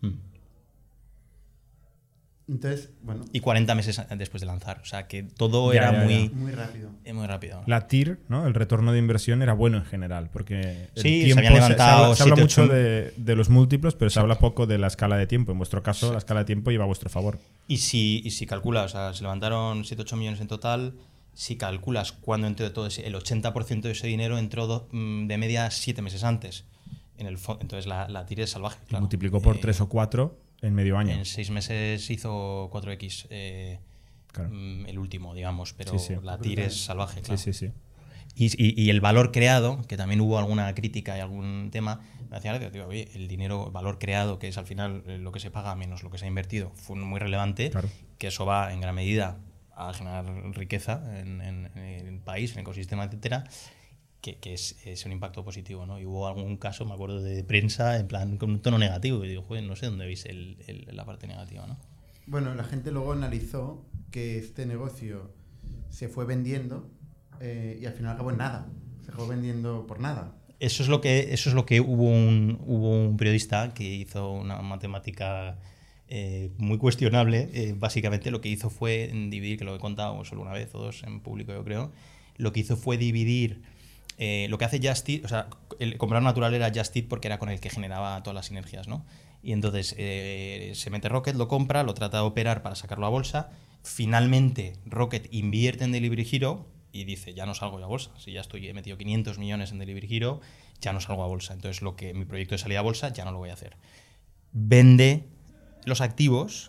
Entonces, bueno, Y 40 meses después de lanzar. O sea, que todo Ya, era ya, muy, muy rápido. muy rápido. La TIR, ¿no? El retorno de inversión era bueno en general, porque el Sí, se tiempo habían levantado se habla 7, mucho 8. de los múltiplos, pero se habla poco de la escala de tiempo. En vuestro caso, la escala de tiempo iba a vuestro favor. Y si calculas, o sea, se levantaron 7-8 millones en total, si calculas cuándo entró todo ese, el 80% de ese dinero entró de media 7 meses antes. Entonces la TIR es salvaje. Y Claro. multiplicó por 3 o 4 en medio año. En 6 meses hizo 4x. Claro. el último, digamos, pero Sí. la TIR es salvaje, claro. Sí. Y el valor creado, que también hubo alguna crítica y algún tema, me hacía gracia, digo, oye, el dinero, valor creado, que es al final lo que se paga menos lo que se ha invertido, fue muy relevante, Claro. que eso va en gran medida a generar riqueza en el país, en el ecosistema, etcétera, que es un impacto positivo, ¿no? Y hubo algún caso, me acuerdo, de prensa, en plan, con un tono negativo, y digo, joder, no sé dónde veis la parte negativa, ¿no? Bueno, la gente luego analizó que este negocio se fue vendiendo y al final acabó en nada. Se acabó vendiendo por nada. Eso es lo que hubo un periodista que hizo una matemática muy cuestionable. Básicamente lo que hizo fue dividir, que lo he contado solo una vez o dos en público, yo creo. Lo que hizo fue dividir lo que hace Just Eat, o sea, el comprador natural era Just Eat porque era con el que generaba todas las sinergias, ¿no? Y entonces se mete Rocket, lo compra, lo trata de operar para sacarlo a bolsa. Finalmente Rocket invierte en Delivery Hero y dice, ya no salgo yo a bolsa. Si ya he metido 500 millones en Delivery Hero, ya no salgo a bolsa. Entonces mi proyecto de salida a bolsa ya no lo voy a hacer. Vende los activos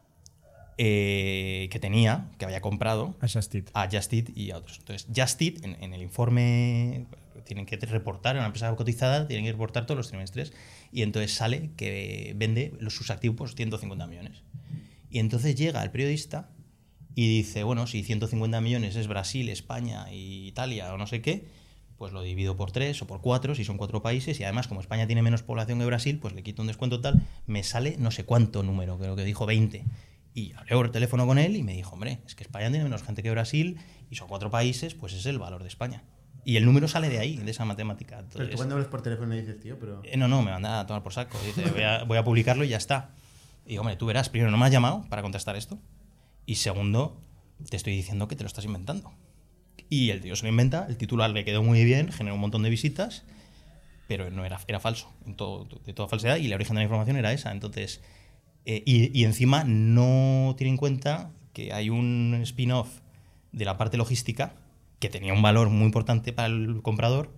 que tenía, que había comprado A Just Eat y a otros. Entonces, Just Eat, en el informe, tienen que reportar, en una empresa cotizada, tienen que reportar todos los trimestres. Y entonces sale que vende sus activos 150 millones. Y entonces llega el periodista y dice, bueno, si 150 millones es Brasil, España y Italia o no sé qué, pues lo divido por 3 o por 4, si son 4 países, y además como España tiene menos población que Brasil, pues le quito un descuento tal, me sale no sé cuánto número, creo que dijo 20. Y hablé por teléfono con él y me dijo, hombre, es que España tiene menos gente que Brasil y son 4 países, pues es el valor de España. Y el número sale de ahí, de esa matemática. Entonces, pero tú cuando hablas por teléfono le dices, tío, pero... No, me manda a tomar por saco. Dice, voy a publicarlo y ya está. Y digo, hombre, tú verás, primero, no me has llamado para contestar esto. Y segundo, te estoy diciendo que te lo estás inventando. Y el tío se lo inventa, el titular le quedó muy bien, generó un montón de visitas, pero no era falso, de toda falsedad, y el origen de la información era esa. Entonces, y encima no tiene en cuenta que hay un spin-off de la parte logística que tenía un valor muy importante para el comprador,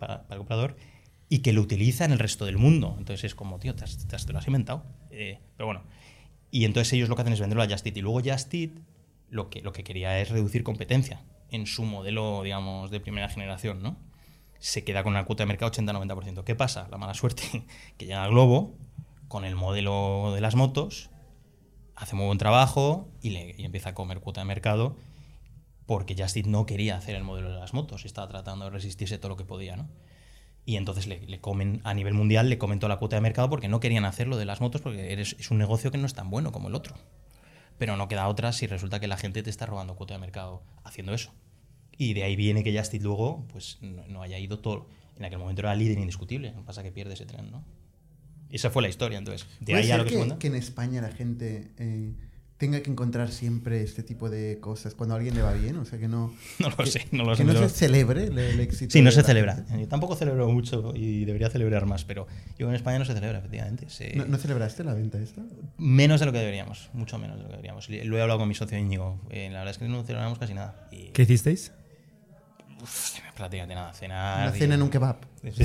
y que lo utiliza en el resto del mundo. Entonces es como, tío, te lo has inventado. Pero bueno. Y entonces ellos lo que hacen es venderlo a Just Eat. Y luego Just Eat lo que quería es reducir competencia en su modelo, digamos, de primera generación, ¿no? Se queda con una cuota de mercado 80-90%. ¿Qué pasa? La mala suerte que llega Globo con el modelo de las motos, hace muy buen trabajo y empieza a comer cuota de mercado porque Just Eat no quería hacer el modelo de las motos, estaba tratando de resistirse todo lo que podía, ¿no? Y entonces le comen, a nivel mundial, le comen toda la cuota de mercado porque no querían hacerlo de las motos porque es un negocio que no es tan bueno como el otro. Pero no queda otra si resulta que la gente te está robando cuota de mercado haciendo eso. Y de ahí viene que Just Eat luego pues, no haya ido todo. En aquel momento era líder indiscutible. Lo que pasa es que pierde ese tren, ¿no? Y esa fue la historia, entonces. De ahí a lo que se cuenta. Que en España la gente tenga que encontrar siempre este tipo de cosas cuando a alguien le va bien, o sea que no... No lo sé. Que no se celebre el éxito. Sí, no se celebra. Yo tampoco celebro mucho y debería celebrar más, pero yo en España no se celebra, efectivamente. ¿No celebraste la venta esta? Menos de lo que deberíamos, mucho menos de lo que deberíamos. Lo he hablado con mi socio Íñigo. La verdad es que no celebramos casi nada. ¿Qué hicisteis? Prácticamente nada. Cenar. Una cena en un kebab.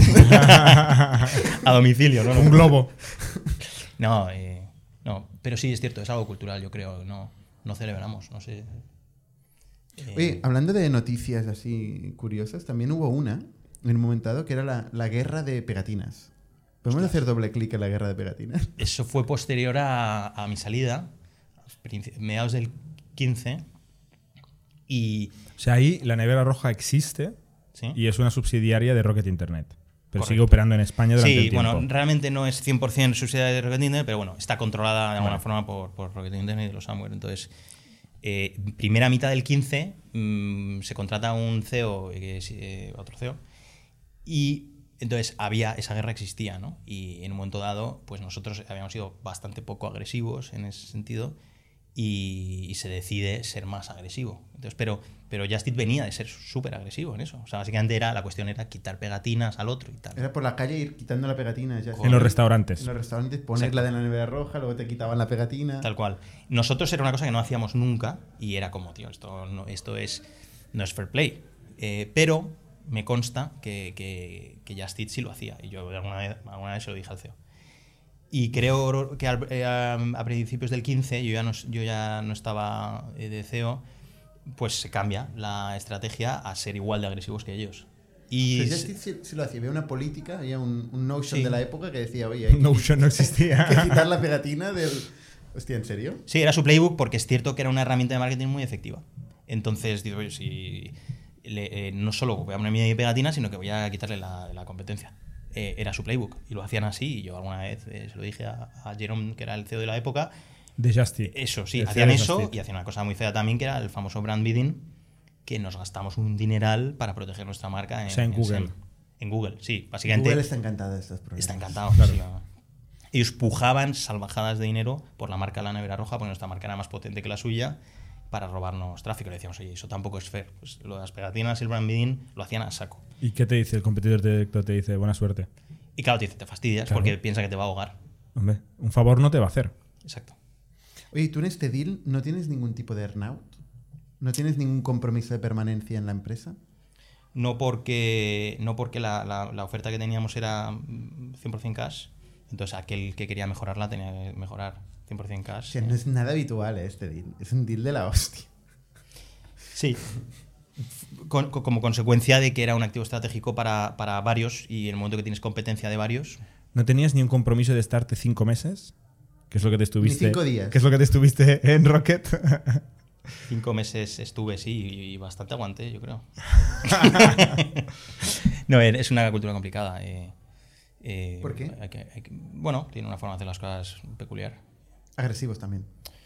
A domicilio, ¿no? Un globo. No, pero sí, es cierto, es algo cultural, yo creo. No celebramos, no sé. Oye, hablando de noticias así curiosas, también hubo una en un momento dado que era la guerra de pegatinas. ¿Podemos hacer doble clic en la guerra de pegatinas? Eso fue posterior a mi salida, mediados del 15. Y... O sea, ahí la nevera roja existe, ¿sí? Y es una subsidiaria de Rocket Internet. Pero Correcto. Sigue operando en España durante el Sí, tiempo. bueno, realmente no es 100% subsidiaria de Rocket Internet, pero bueno, está controlada de alguna forma por Rocket Internet y los Amware. Entonces, primera mitad del 15 se contrata un CEO, otro CEO, y entonces esa guerra existía, ¿no? Y en un momento dado, pues nosotros habíamos sido bastante poco agresivos en ese sentido y se decide ser más agresivo. Entonces, pero Just Eat venía de ser súper agresivo en eso. O sea, básicamente la cuestión era quitar pegatinas al otro y tal. Era por la calle ir quitando la pegatina. Ya En los restaurantes. En los restaurantes ponerla de la nevera roja, luego te quitaban la pegatina. Tal cual. Nosotros era una cosa que no hacíamos nunca y era como, tío, esto no es fair play. Pero me consta que Just Eat sí lo hacía y yo alguna vez se lo dije al CEO. Y creo que a principios del 15 yo ya no estaba de CEO pues se cambia la estrategia a ser igual de agresivos que ellos. Y Pero sí lo hacía. Había una política, había un Notion Sí. de la época que decía, oye, hay Notion no existía. que quitar la pegatina del... Hostia, ¿en serio? sí, era su playbook porque es cierto que era una herramienta de marketing muy efectiva. Entonces, digo, oye, si no solo voy a poner mi pegatina, sino que voy a quitarle la competencia. Era su playbook y lo hacían así. Y yo alguna vez se lo dije a Jerome, que era el CEO de la época. De Justy. Eso, sí, El hacían CEO de eso Just Eat. y hacían una cosa muy fea también, que era el famoso brand bidding, que nos gastamos un dineral para proteger nuestra marca O sea, en Google. SEM. En Google, sí, básicamente. Google está encantada de estos problemas. Está encantado. Claro. Sí, ellos pujaban salvajadas de dinero por la marca de la nevera roja, porque nuestra marca era más potente que la suya, para robarnos tráfico. Le decíamos, oye, eso tampoco es fair. Pues lo de las pegatinas y el brand bidding lo hacían a saco. ¿Y qué te dice el competidor directo? Te dice, buena suerte. Y claro, te dice, te fastidias Claro. porque piensa que te va a ahogar. Hombre, un favor no te va a hacer. Exacto. Oye, ¿tú en este deal no tienes ningún tipo de earnout? ¿No tienes ningún compromiso de permanencia en la empresa? No porque la oferta que teníamos era 100% cash, entonces aquel que quería mejorarla tenía que mejorar 100% O cash. sea, no es nada habitual este deal. Es un deal de la hostia. Sí. Como consecuencia de que era un activo estratégico para varios, y en el momento que tienes competencia de varios, ¿No tenías ni un compromiso de estarte 5 meses? ¿Qué es lo que te estuviste? 5 días. ¿Qué es lo que te estuviste en Rocket? 5 meses estuve, sí, y bastante aguanté, yo creo. No, es una cultura complicada. ¿Por qué? Bueno, tiene una forma de hacer las cosas peculiar. Agresivos también.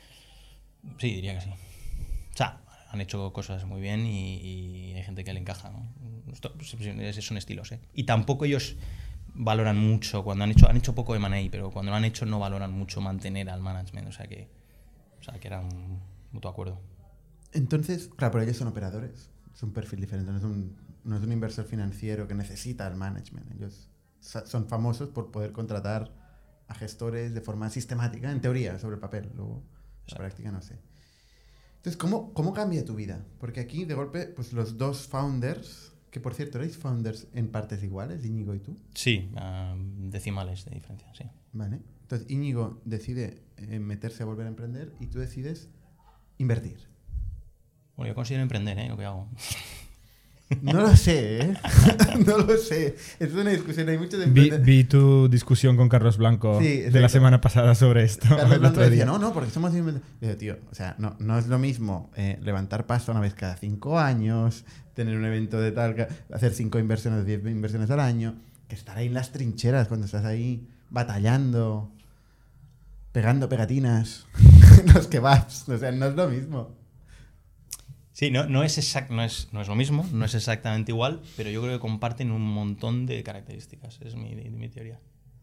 Sí, diría que sí. O sea, han hecho cosas muy bien y hay gente que le encaja, ¿no? Son estilos, ¿eh? Y tampoco ellos valoran mucho, cuando han hecho poco M&A, pero cuando lo han hecho no valoran mucho mantener al management, o sea que era un mutuo acuerdo. Entonces, claro, pero ellos son operadores. Es un perfil diferente. No es un inversor financiero que necesita el management. Ellos son famosos por poder contratar a gestores de forma sistemática, en teoría, sobre el papel. Luego, en la práctica no sé. Entonces, ¿cómo cambia tu vida? Porque aquí, de golpe, pues los dos founders, que por cierto, ¿erais founders en partes iguales, Íñigo y tú? Sí, decimales de diferencia, sí. Vale. Entonces, Íñigo decide meterse a volver a emprender y tú decides invertir. Bueno, yo considero emprender, lo que hago. No lo sé, ¿eh? No lo sé. Es una discusión, hay muchos emprendedores. Vi tu discusión con Carlos Blanco Sí, de la exacto. semana pasada sobre esto. Carlos el Blanco otro decía, día. no, porque somos inversores. Digo, tío, o sea, no es lo mismo levantar pasta una vez cada 5 años, tener un evento de tal, hacer 5 inversiones, 10 inversiones al año, que estar ahí en las trincheras cuando estás ahí batallando, pegando pegatinas, los kebabs. O sea, no es lo mismo. Sí, no es lo mismo, no es exactamente igual, pero yo creo que comparten un montón de características, es mi teoría.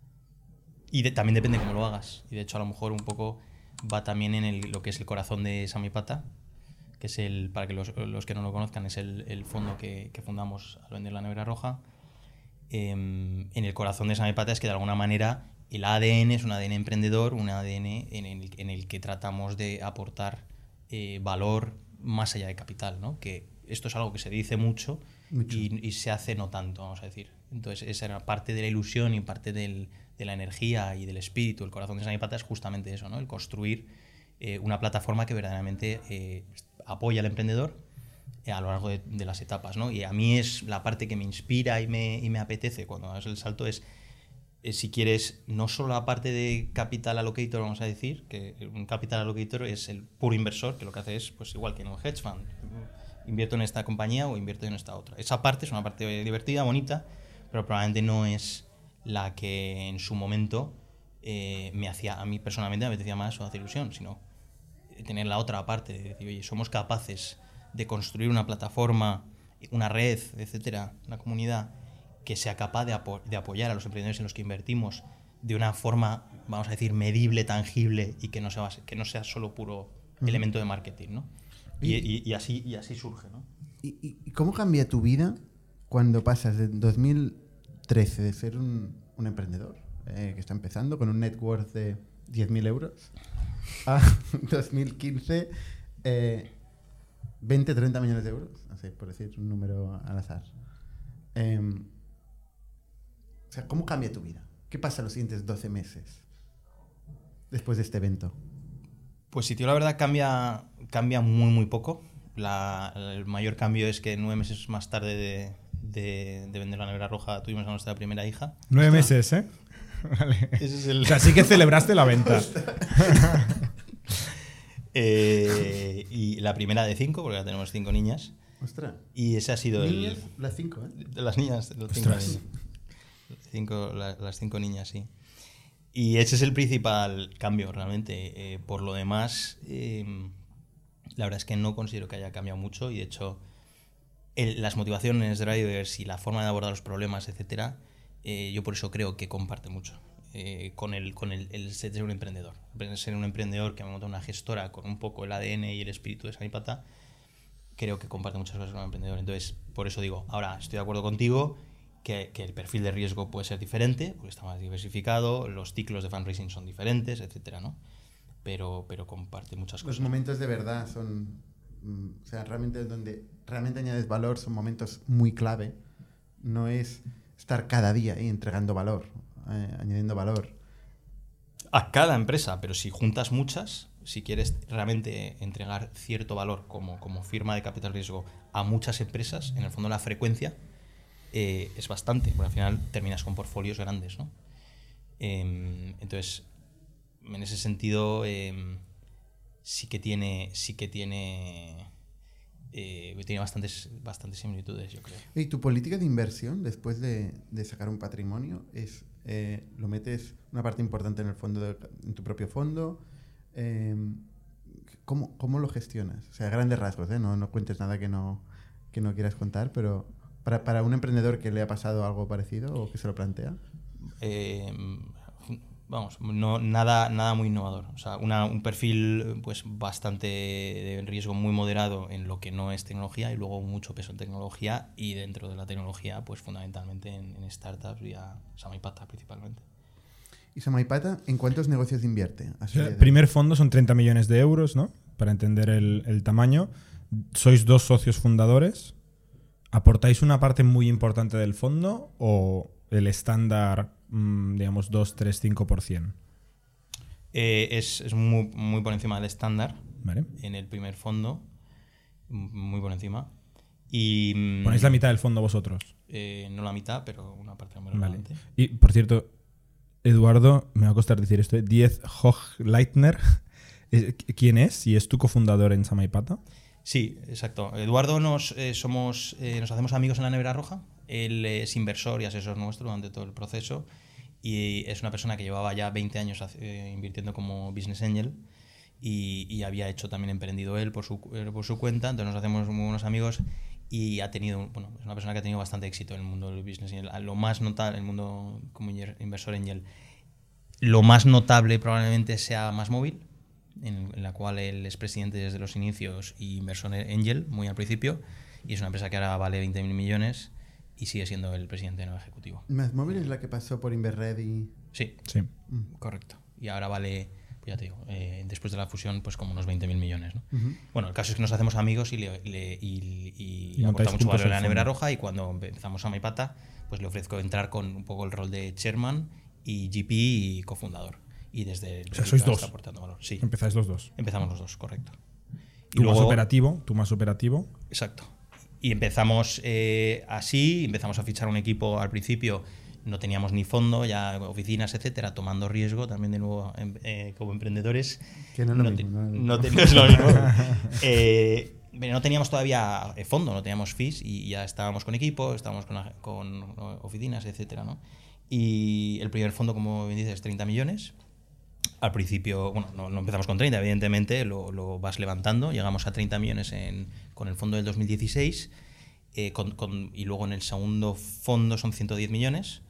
Y también depende cómo lo hagas. Y de hecho, a lo mejor un poco va también en lo que es el corazón de Samipata, que es para que los que no lo conozcan, es el fondo que fundamos al vender la nevera roja. En el corazón de Samipata es que de alguna manera el ADN es un ADN emprendedor, un ADN en el que tratamos de aportar valor más allá de capital, ¿no? Que esto es algo que se dice mucho. Y se hace no tanto, vamos a decir. Entonces esa era parte de la ilusión y parte de la energía y del espíritu, el corazón de Samipata es justamente eso, ¿no? El construir una plataforma que verdaderamente apoya al emprendedor a lo largo de las etapas, ¿no? Y a mí es la parte que me inspira y me apetece cuando das el salto es si quieres, no solo la parte de capital allocator, vamos a decir, que un capital allocator es el puro inversor, que lo que hace es, pues igual que en un hedge fund, invierto en esta compañía o invierto en esta otra. Esa parte es una parte divertida, bonita, pero probablemente no es la que en su momento a mí personalmente me apetecía más o hacer ilusión, sino tener la otra parte, de decir, oye, somos capaces de construir una plataforma, una red, etcétera, una comunidad que sea capaz de apoyar a los emprendedores en los que invertimos de una forma, vamos a decir, medible, tangible y que no sea solo puro elemento de marketing, ¿no? Y así surge, ¿no? ¿Y cómo cambia tu vida cuando pasas de 2013 de ser un emprendedor que está empezando con un net worth de 10.000 euros a 2015 20, 30 millones de euros? No sé, por decir un número al azar. O sea, ¿cómo cambia tu vida? ¿Qué pasa los siguientes 12 meses después de este evento? Pues si te digo la verdad, cambia muy, muy poco. el mayor cambio es que 9 meses más tarde de vender la nevera roja tuvimos a nuestra primera hija. 9 meses, ¿eh? Vale. Ese es el... O sea, sí que celebraste la venta. Y la primera de 5, porque ya tenemos 5 niñas. Ostras. Y ese ha sido Niñas, las 5, ¿eh? de las niñas, de los 5 niños. Las 5 niñas, sí. Y ese es el principal cambio, realmente. Por lo demás, la verdad es que no considero que haya cambiado mucho y, de hecho, las motivaciones, drivers y la forma de abordar los problemas, etcétera, yo por eso creo que comparte mucho con el ser un emprendedor. Ser un emprendedor que me monta una gestora con un poco el ADN y el espíritu de Samipata, creo que comparte muchas cosas con un emprendedor. Entonces, por eso digo, ahora estoy de acuerdo contigo que el perfil de riesgo puede ser diferente, porque está más diversificado, los ciclos de fundraising son diferentes, etcétera, ¿no? Pero comparte muchas cosas. Los momentos de verdad son... O sea, realmente donde realmente añades valor son momentos muy clave. No es estar cada día ahí entregando valor, añadiendo valor. A cada empresa, pero si juntas muchas, si quieres realmente entregar cierto valor como firma de capital riesgo a muchas empresas, en el fondo la frecuencia es bastante, porque al final terminas con portfolios grandes, ¿no? Entonces, en ese sentido, sí que tiene bastantes similitudes, yo creo. ¿Y tu política de inversión después de sacar un patrimonio es lo metes una parte importante en el fondo en tu propio fondo? ¿Cómo lo gestionas? O sea, a grandes rasgos, no cuentes nada que no quieras contar, pero para un emprendedor que le ha pasado algo parecido o que se lo plantea. Nada muy innovador. O sea, un perfil pues bastante de riesgo muy moderado en lo que no es tecnología y luego mucho peso en tecnología y dentro de la tecnología pues fundamentalmente en startups y a Samipata principalmente. ¿Y Samipata en cuántos negocios invierte? El primer fondo son 30 millones de euros, ¿no? Para entender el tamaño. Sois 2 socios fundadores. ¿Aportáis una parte muy importante del fondo o el estándar, digamos, 2, 3, 5%? Es muy, muy por encima del estándar. Vale. En el primer fondo, muy por encima. Y ¿Ponéis la mitad del fondo vosotros? No la mitad, pero una parte muy Vale. relevante. Y, por cierto, Eduardo, me va a costar decir esto, Diez Hochleitner, ¿quién es? ¿Y es tu cofundador en Samipata? Sí, exacto. Eduardo nos hacemos amigos en la Nevera Roja. Él es inversor y asesor nuestro durante todo el proceso y es una persona que llevaba ya 20 años invirtiendo como business angel y había hecho también emprendido él por su cuenta. Entonces nos hacemos muy buenos amigos y es una persona que ha tenido bastante éxito en el mundo del business angel. Lo más notable en el mundo como inversor angel, lo más notable probablemente sea MásMóvil, en la cual él es presidente desde los inicios y inversor angel muy al principio, y es una empresa que ahora vale 20.000 millones y sigue siendo el presidente no ejecutivo. ¿MásMóvil es la que pasó por Inverred y...? Sí, correcto. Y ahora vale, pues ya te digo, después de la fusión, pues como unos 20.000 millones, ¿no? Uh-huh. Bueno, el caso es que nos hacemos amigos y aporta mucho valor en la Nevera Roja, y cuando empezamos a Samipata, pues le ofrezco entrar con un poco el rol de chairman y GP y cofundador. Y desde o sea, sois 2. Aportando valor. Sí. Empezáis los 2. Empezamos los 2, correcto. Tú más operativo. Exacto. Y empezamos así, empezamos a fichar un equipo al principio, no teníamos ni fondo, ya oficinas, etcétera, tomando riesgo también de nuevo como emprendedores. Que no es lo mismo. No es lo mismo. No teníamos todavía fondo, no teníamos fees y ya estábamos con equipo, estábamos con oficinas, etcétera, ¿no? Y el primer fondo, como bien dices, 30 millones. Al principio, no empezamos con 30, evidentemente, lo vas levantando. Llegamos a 30 millones con el fondo del 2016 y luego en el segundo fondo son 110 millones,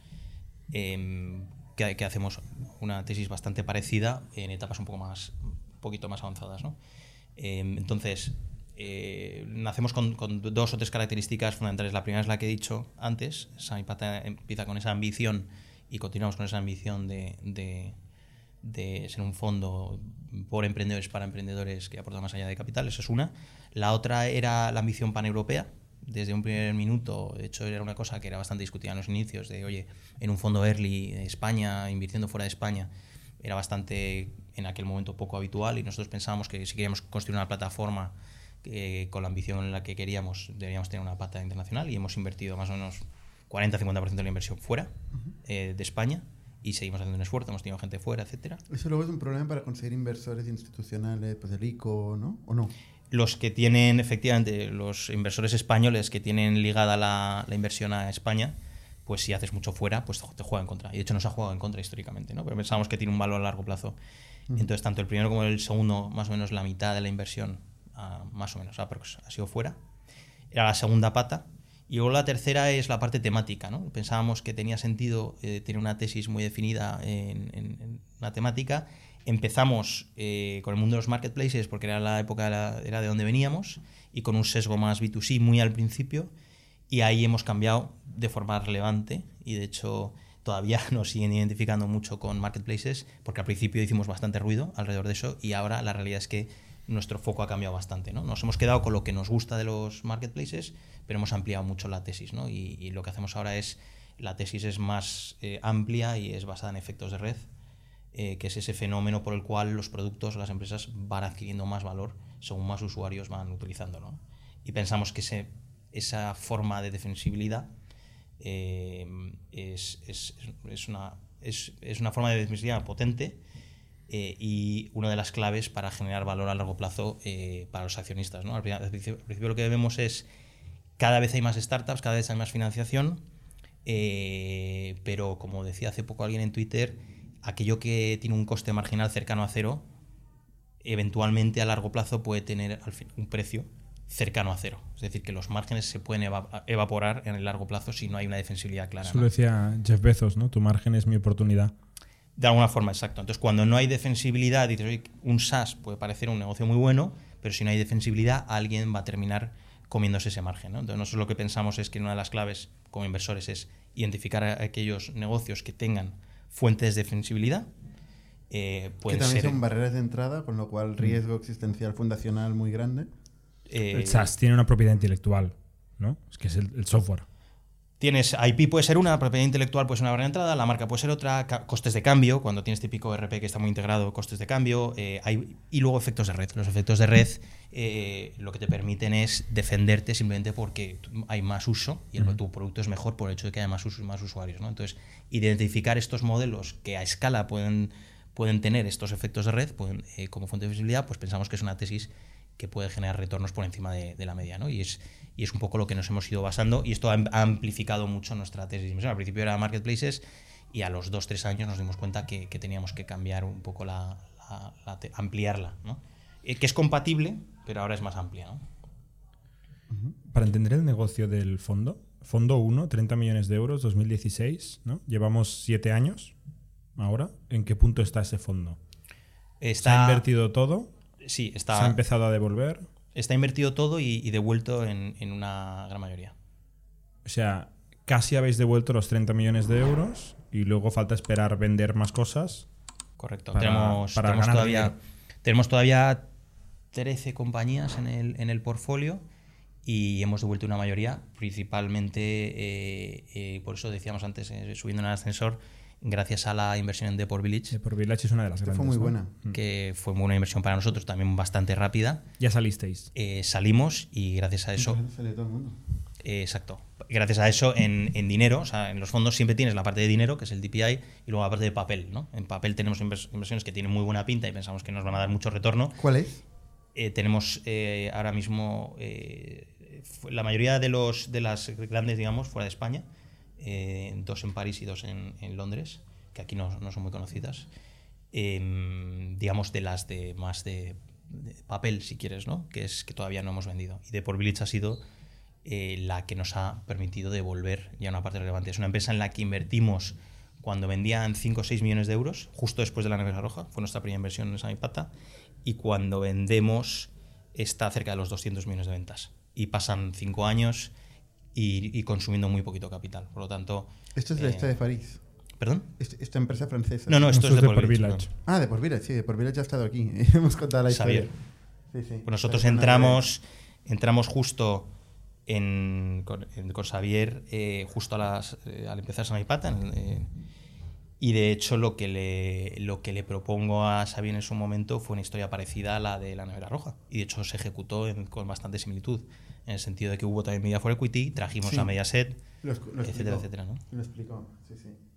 que hacemos una tesis bastante parecida en etapas un poquito más avanzadas, ¿no? Entonces, nacemos con 2 o 3 características fundamentales. La primera es la que he dicho antes. Samipata empieza con esa ambición y continuamos con esa ambición de ser un fondo por emprendedores para emprendedores que aporta más allá de capital. Eso es una. La otra era la ambición paneuropea. Desde un primer minuto, de hecho, era una cosa que era bastante discutida en los inicios, de oye, en un fondo early de España, invirtiendo fuera de España, era bastante en aquel momento poco habitual, y nosotros pensábamos que si queríamos construir una plataforma con la ambición en la que queríamos, deberíamos tener una pata internacional y hemos invertido más o menos 40-50% de la inversión fuera de España y seguimos haciendo un esfuerzo, hemos tenido gente fuera, etcétera. Eso luego es un problema para conseguir inversores institucionales, pues el ICO, ¿no? ¿O no? Los que tienen, efectivamente, los inversores españoles que tienen ligada la inversión a España, pues si haces mucho fuera, pues te juega en contra. Y de hecho nos ha jugado en contra históricamente, ¿no? Pero pensamos que tiene un valor a largo plazo. Entonces, tanto el primero como el segundo, más o menos la mitad de la inversión, más o menos, ha sido fuera. Era la segunda pata. Y luego la tercera es la parte temática, ¿no? Pensábamos que tenía sentido tener una tesis muy definida en la temática. Empezamos con el mundo de los marketplaces porque era la época, era de donde veníamos, y con un sesgo más B2C muy al principio, y ahí hemos cambiado de forma relevante y de hecho todavía nos siguen identificando mucho con marketplaces porque al principio hicimos bastante ruido alrededor de eso y ahora la realidad es que nuestro foco ha cambiado bastante, ¿no? Nos hemos quedado con lo que nos gusta de los marketplaces, pero hemos ampliado mucho la tesis, ¿no? Y lo que hacemos ahora es, la tesis es más amplia y es basada en efectos de red, que es ese fenómeno por el cual los productos, las empresas van adquiriendo más valor según más usuarios van utilizando, ¿no? Y pensamos que esa forma de defensibilidad es una forma de defensibilidad potente y una de las claves para generar valor a largo plazo para los accionistas, ¿no? Al principio lo que vemos es cada vez hay más startups, cada vez hay más financiación, pero como decía hace poco alguien en Twitter, aquello que tiene un coste marginal cercano a cero, eventualmente a largo plazo puede tener al fin un precio cercano a cero. Es decir, que los márgenes se pueden evaporar en el largo plazo si no hay una defensibilidad clara. Eso lo decía Jeff Bezos, ¿no? Tu margen es mi oportunidad. De alguna forma, exacto. Entonces, cuando no hay defensibilidad, dices, oye, un SaaS puede parecer un negocio muy bueno, pero si no hay defensibilidad, alguien va a terminar comiéndose ese margen, ¿no? Entonces, nosotros lo que pensamos es que una de las claves como inversores es identificar a aquellos negocios que tengan fuentes de defensibilidad. Que también son barreras de entrada, con lo cual riesgo existencial fundacional muy grande. El SaaS tiene una propiedad intelectual, ¿no? Es que es el software. Tienes IP, puede ser una, propiedad intelectual puede ser una barrera de entrada, la marca puede ser otra, costes de cambio, cuando tienes típico RP que está muy integrado, costes de cambio, y luego efectos de red. Los efectos de red lo que te permiten es defenderte simplemente porque hay más uso y tu producto es mejor por el hecho de que haya más uso y más usuarios, ¿no? Entonces, identificar estos modelos que a escala pueden tener estos efectos de red como fuente de visibilidad, pues pensamos que es una tesis que puede generar retornos por encima de la media, ¿no? Y es un poco lo que nos hemos ido basando y esto ha amplificado mucho nuestra tesis de inversión. Al principio era marketplaces y a los 2-3 años nos dimos cuenta que teníamos que cambiar un poco ampliarla, ¿no? Que es compatible, pero ahora es más amplia, ¿no? Para entender el negocio del fondo 1, 30 millones de euros, 2016, ¿no? Llevamos 7 años ahora. ¿En qué punto está ese fondo? ¿Se ha invertido todo? Sí, ¿Se ha empezado a devolver? Está invertido todo y devuelto en una gran mayoría. O sea, casi habéis devuelto los 30 millones de euros y luego falta esperar vender más cosas. Correcto. Tenemos todavía 13 compañías en el portfolio y hemos devuelto una mayoría, principalmente, por eso decíamos antes, subiendo en el ascensor, gracias a la inversión en Deport Village. Deport Village es una de las grandes. Fue muy buena. Que fue muy buena inversión para nosotros, también bastante rápida. Ya salisteis. Salimos y gracias a eso... Sale todo el mundo. Exacto. Gracias a eso en dinero, o sea, en los fondos siempre tienes la parte de dinero, que es el DPI, y luego la parte de papel, ¿no? En papel tenemos inversiones que tienen muy buena pinta y pensamos que nos van a dar mucho retorno. ¿Cuál es? Tenemos ahora mismo la mayoría de las grandes, digamos, fuera de España, 2 en París y 2 en Londres, que aquí no son muy conocidas, digamos de las de más de papel, si quieres, ¿no? Que todavía no hemos vendido. Y Deport Village ha sido la que nos ha permitido devolver ya una parte relevante. Es una empresa en la que invertimos cuando vendían 5 o 6 millones de euros, justo después de la nevera roja, fue nuestra primera inversión en Samipata, y cuando vendemos está cerca de los 200 millones de ventas. Y pasan 5 años y consumiendo muy poquito capital. Por lo tanto... Esto es de esta de París. ¿Perdón? Esta empresa francesa. No, esto es de Deport Village. No. Deport Village, sí, Deport Village ya ha estado aquí. Hemos contado la historia. Sí. Sí. Pues nosotros entramos justo con Xavier, justo al empezar Samipata, Y de hecho lo que le propongo a Xavi en su momento fue una historia parecida a la de la nevera roja. Y de hecho se ejecutó con bastante similitud. En el sentido de que hubo también Media for Equity, trajimos a Mediaset, etcétera, etcétera, ¿no? Lo explicó, sí.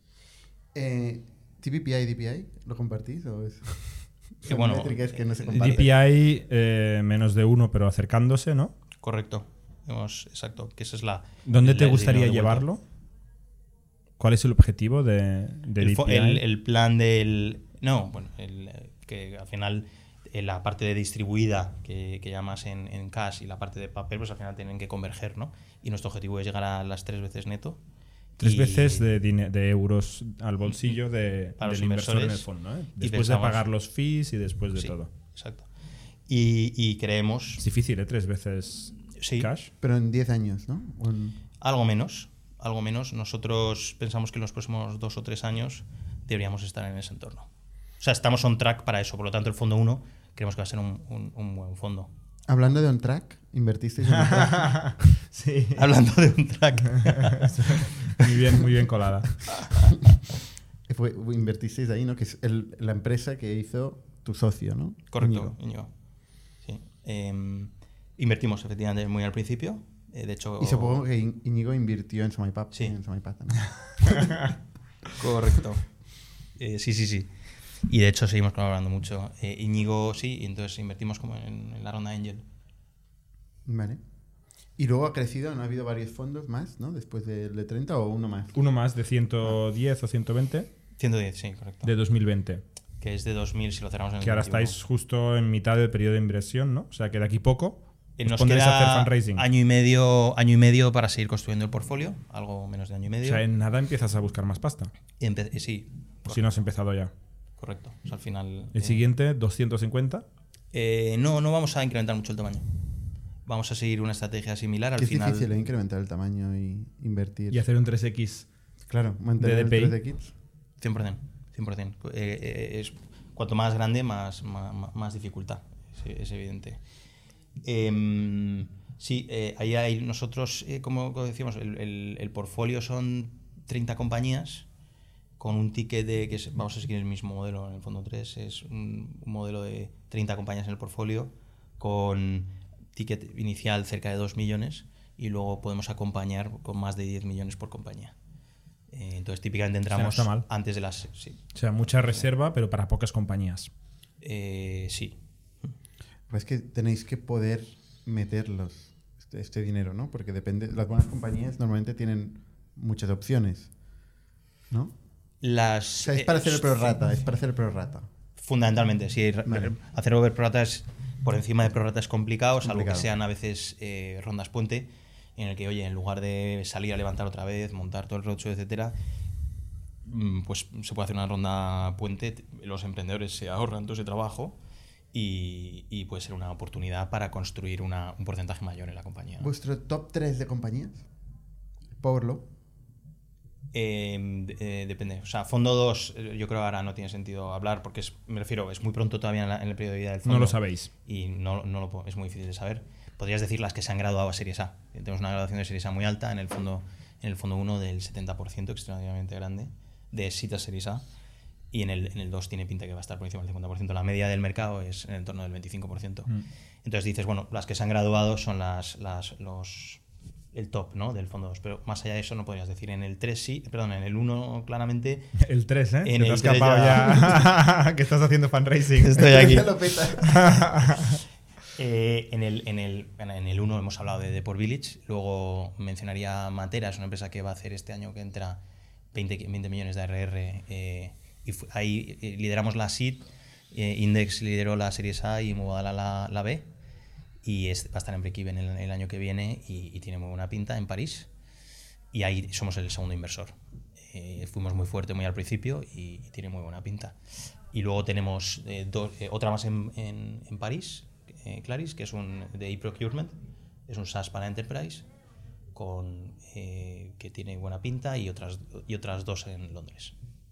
¿TPPI, DPI? ¿Lo compartís o es...? Bueno, métricas que no se comparten. DPI menos de 1, pero acercándose, ¿no? Correcto. Exacto. Que esa es la... ¿Dónde te el gustaría dinero de vuelta. llevarlo? ¿Cuál es el objetivo de DPI? El plan del... No, bueno, que al final la parte de distribuida que llamas en cash y la parte de papel, pues al final tienen que converger, ¿no? Y nuestro objetivo es llegar a las 3 veces neto. 3 veces de euros al bolsillo para los del inversor en el inversores. fondo, ¿eh? Y Después de pagar los fees y después de Sí, todo. exacto. Y creemos... Es difícil, ¿eh? 3 veces Sí. cash. Pero en 10 años, ¿no? Algo menos. Nosotros pensamos que en los próximos 2 o 3 años deberíamos estar en ese entorno. O sea, estamos on track para eso. Por lo tanto, el fondo 1 creemos que va a ser un buen fondo. Hablando de on track, ¿invertisteis en on track? Sí. Hablando de un track. Muy bien colada. Invertisteis ahí, ¿no? Que es la empresa que hizo tu socio, ¿no? Correcto, Íñigo. Sí. Invertimos efectivamente muy al principio. De hecho... Y supongo que Íñigo invirtió en Somaipap. Sí. En Somaipap, ¿no? Correcto. Sí. Y de hecho seguimos colaborando mucho. Íñigo, sí, y entonces invertimos como en la ronda Angel. Vale. Y luego ha crecido, ¿no? Ha habido varios fondos más, ¿no? Después del de 30 o uno más. Uno más de 110 o 120 110, sí, correcto. de 2020. Que es de 2000 si lo cerramos en el Que ahora 21. estáis justo en mitad del periodo de inversión, ¿no? O sea que de aquí poco os Nos pondréis a hacer queda fundraising. año y medio para seguir construyendo el portfolio, algo menos de año y O medio. sea, en nada empiezas a buscar más pasta. Sí, Si no has empezado ya. correcto. O sea, al final... El siguiente, 250. No vamos a incrementar mucho el tamaño. Vamos a seguir una estrategia similar. Al Que es final, difícil incrementar el tamaño y invertir. Y hacer un 3X. Claro, mantener el DPI. 3X. 100%. Cuanto más grande, más dificultad. Es evidente. Sí, ahí hay nosotros, como decíamos, el portfolio son 30 compañías con un ticket vamos a seguir el mismo modelo en el fondo 3, es un modelo de 30 compañías en el portfolio con ticket inicial cerca de 2 millones y luego podemos acompañar con más de 10 millones por compañía. Entonces típicamente entramos no está mal. antes de las... Sí. O sea, mucha reserva, pero para pocas compañías. Sí. Pues es que tenéis que poder meterlos, este dinero, ¿no? Porque depende. Las buenas compañías normalmente tienen muchas opciones, ¿no? O sea, es para hacer el prorata. Fundamentalmente, sí. Vale. Hacer over prorata por encima de prorata es complicado, salvo que Complicado. sean a veces rondas puente, en el que, oye, en lugar de salir a levantar otra vez, montar todo el roadshow, etcétera, pues se puede hacer una ronda puente, los emprendedores se ahorran todo ese trabajo y puede ser una oportunidad para construir un porcentaje mayor en la compañía, ¿no? ¿Vuestro top 3 de compañías? Powerlow. Depende. O sea, fondo 2, yo creo que ahora no tiene sentido hablar porque me refiero, es muy pronto todavía en el periodo de vida del fondo. No lo sabéis. Y es muy difícil de saber. Podrías decir las que se han graduado a Series A. Tenemos una graduación de Series A muy alta en el fondo 1 del 70%, extremadamente grande, de citas Series A. Y en el 2 tiene pinta que va a estar por encima del 50%. La media del mercado es en el entorno del 25%. Entonces dices, bueno, las que se han graduado son el top, ¿no? Del fondo 2. Pero más allá de eso no podrías decir. En el 3 sí, perdón, en el 1 claramente. El 3, ¿eh? En Que te el has 3 escapado ya. Que estás haciendo fundraising. Estoy aquí. Lo peta. En el 1 hemos hablado de Deport Village. Luego mencionaría Matera, es una empresa que va a hacer este año que entra 20 millones de ARR. Ahí lideramos la SEED. Index lideró la Series A y Mubadala la B. Y va a estar en break-even el año que viene y tiene muy buena pinta en París. Y ahí somos el segundo inversor. Fuimos muy fuerte muy al principio y tiene muy buena pinta. Y luego tenemos otra más en París, Claris, que es de e-procurement. Es un SaaS para Enterprise que tiene buena pinta y otras dos en Londres.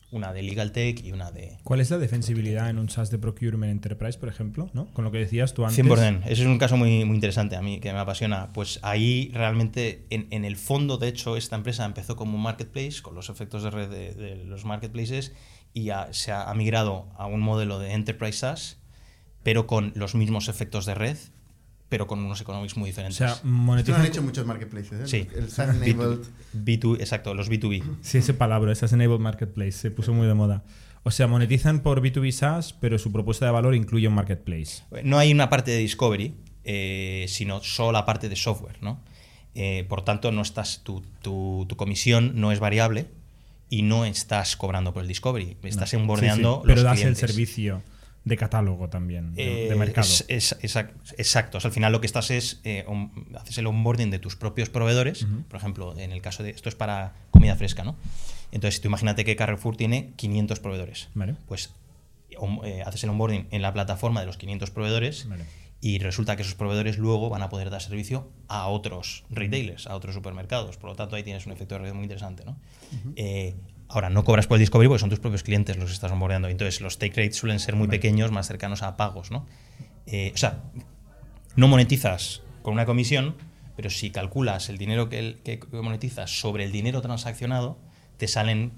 Una de Legal Tech y una de... ¿Cuál es la defensibilidad en un SaaS de Procurement Enterprise, por ejemplo? ¿No? Con lo que decías tú antes. 100%. Ese es un caso muy, muy interesante a mí, que me apasiona. Pues ahí realmente, en el fondo, de hecho, esta empresa empezó como un marketplace, con los efectos de red de los marketplaces, y se ha migrado a un modelo de Enterprise SaaS, pero con los mismos efectos de red, pero con unos economics muy diferentes. O sea, Esto monetizan... lo han hecho muchos marketplaces, ¿eh? Sí. El SaaS Enabled. B2, exacto, los B2B. Sí, esa palabra, SaaS Enabled Marketplace, se puso muy de moda. O sea, monetizan por B2B SaaS, pero su propuesta de valor incluye un marketplace. No hay una parte de discovery, sino solo la parte de software, ¿no? Por tanto, no estás tu comisión no es variable y no estás cobrando por el discovery. Estás onboardeando los pero das clientes. el servicio de catálogo también, de mercado. Exacto. O sea, al final lo que estás es haces el onboarding de tus propios proveedores. Por ejemplo, en el caso de esto es para comida fresca, ¿no? Entonces, tú imagínate que Carrefour tiene 500 proveedores. Vale. Pues haces el onboarding en la plataforma de los 500 proveedores. Vale. Y resulta que esos proveedores luego van a poder dar servicio a otros retailers, a otros supermercados. Por lo tanto, ahí tienes un efecto de red muy interesante, ¿no? Ahora, no cobras por el discovery porque son tus propios clientes los que estás onboardando. Entonces, los take rates suelen ser muy pequeños, más cercanos a pagos, ¿no? O sea, no monetizas con una comisión, pero si calculas el dinero que monetizas sobre el dinero transaccionado, te salen,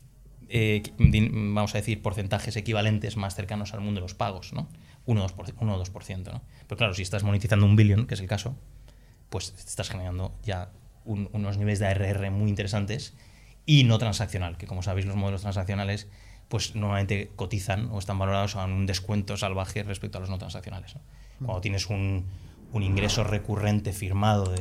vamos a decir, porcentajes equivalentes más cercanos al mundo de los pagos, ¿no? 1 o 2%, ¿no? Pero claro, si estás monetizando 1 billón, que es el caso, pues estás generando ya unos niveles de ARR muy interesantes y no transaccional, que como sabéis los modelos transaccionales pues normalmente cotizan o están valorados a un descuento salvaje respecto a los no transaccionales, ¿no? Cuando tienes un ingreso recurrente firmado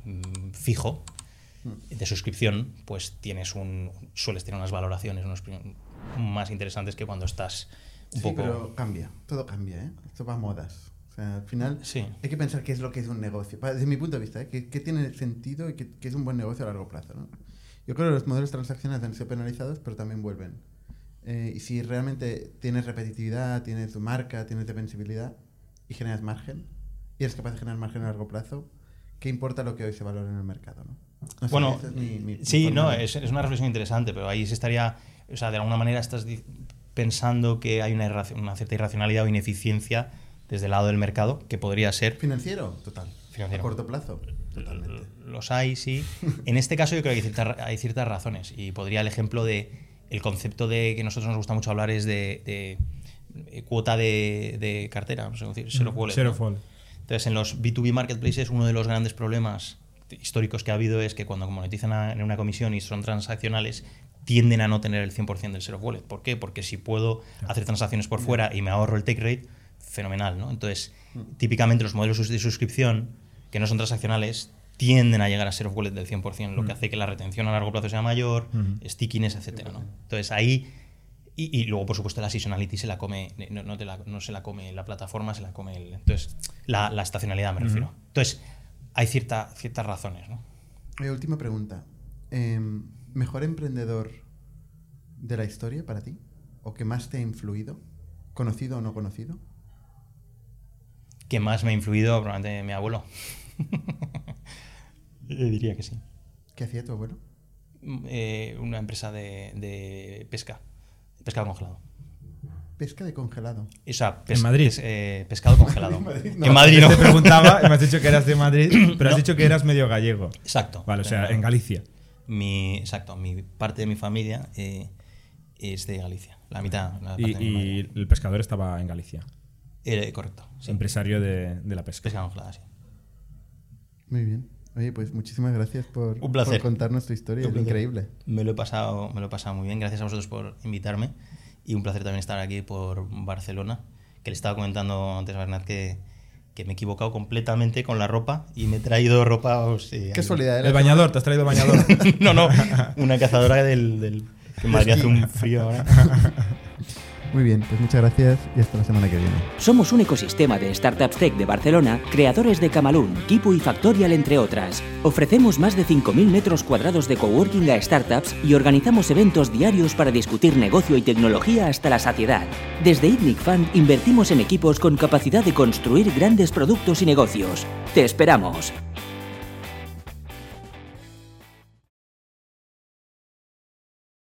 fijo de suscripción, pues sueles tener unas valoraciones más interesantes que cuando estás un poco... pero cambia, todo cambia, ¿eh? Esto va a modas. O sea, al final hay que pensar qué es lo que es un negocio. Desde mi punto de vista, ¿eh? ¿Qué tiene sentido y qué es un buen negocio a largo plazo, ¿no? Yo creo que los modelos transaccionales han sido penalizados, pero también vuelven. Y si realmente tienes repetitividad, tienes tu marca, tienes defensibilidad y generas margen, y eres capaz de generar margen a largo plazo, ¿qué importa lo que hoy se valora en el mercado, ¿no? No sé, bueno, es una reflexión interesante, pero ahí se estaría, o sea, de alguna manera estás pensando que hay una cierta irracionalidad o ineficiencia desde el lado del mercado que podría ser... Financiero, total. Financiero. A corto plazo, totalmente. Los hay, sí. En este caso yo creo que hay ciertas razones y podría el ejemplo de el concepto de que a nosotros nos gusta mucho hablar es de cuota de cartera, no sé cómo decir, share of wallet, Share ¿no? of wallet. Entonces, en los B2B marketplaces, uno de los grandes problemas históricos que ha habido es que cuando monetizan en una comisión y son transaccionales, tienden a no tener el 100% del share of wallet. ¿Por qué? Porque si puedo hacer transacciones por fuera y me ahorro el take rate, fenomenal, ¿no? Entonces, típicamente los modelos de suscripción que no son transaccionales tienden a llegar a share of wallet del 100%, lo que hace que la retención a largo plazo sea mayor, stickiness, etcétera, ¿no? Entonces, ahí... Y luego, por supuesto, la seasonality se la come, no se la come la plataforma, se la come entonces, la estacionalidad, me refiero. Entonces, hay ciertas razones, ¿no? Última pregunta. ¿Mejor emprendedor de la historia para ti? ¿O que más te ha influido? ¿Conocido o no conocido? ¿Qué más me ha influido? Probablemente mi abuelo. Diría que sí. ¿Qué hacía tu abuelo? Una empresa de pesca. Pescado congelado. Pesca de congelado. O sea, ¿En Madrid? Pescado congelado. En Madrid no. Te preguntaba, me has dicho que eras de Madrid, pero has dicho que eras medio gallego. Exacto. Vale, o sea, en Galicia. Mi parte de mi familia es de Galicia. La mitad. Y el pescador estaba en Galicia. Correcto. Sí. Empresario de la pesca. Pescado congelado, sí. Muy bien. Oye, pues muchísimas gracias por contarnos tu historia. Es increíble. Me lo he pasado muy bien. Gracias a vosotros por invitarme. Y un placer también estar aquí por Barcelona. Que le estaba comentando antes a Bernat que me he equivocado completamente con la ropa y me he traído ropa... Qué casualidad. El bañador, te has traído bañador. No, una cazadora que en Madrid hace un frío ahora. Muy bien, pues muchas gracias y hasta la semana que viene. Somos un ecosistema de startups tech de Barcelona, creadores de Camalún, Kipu y Factorial, entre otras. Ofrecemos más de 5.000 metros cuadrados de coworking a startups y organizamos eventos diarios para discutir negocio y tecnología hasta la saciedad. Desde ITNIC Fund invertimos en equipos con capacidad de construir grandes productos y negocios. ¡Te esperamos!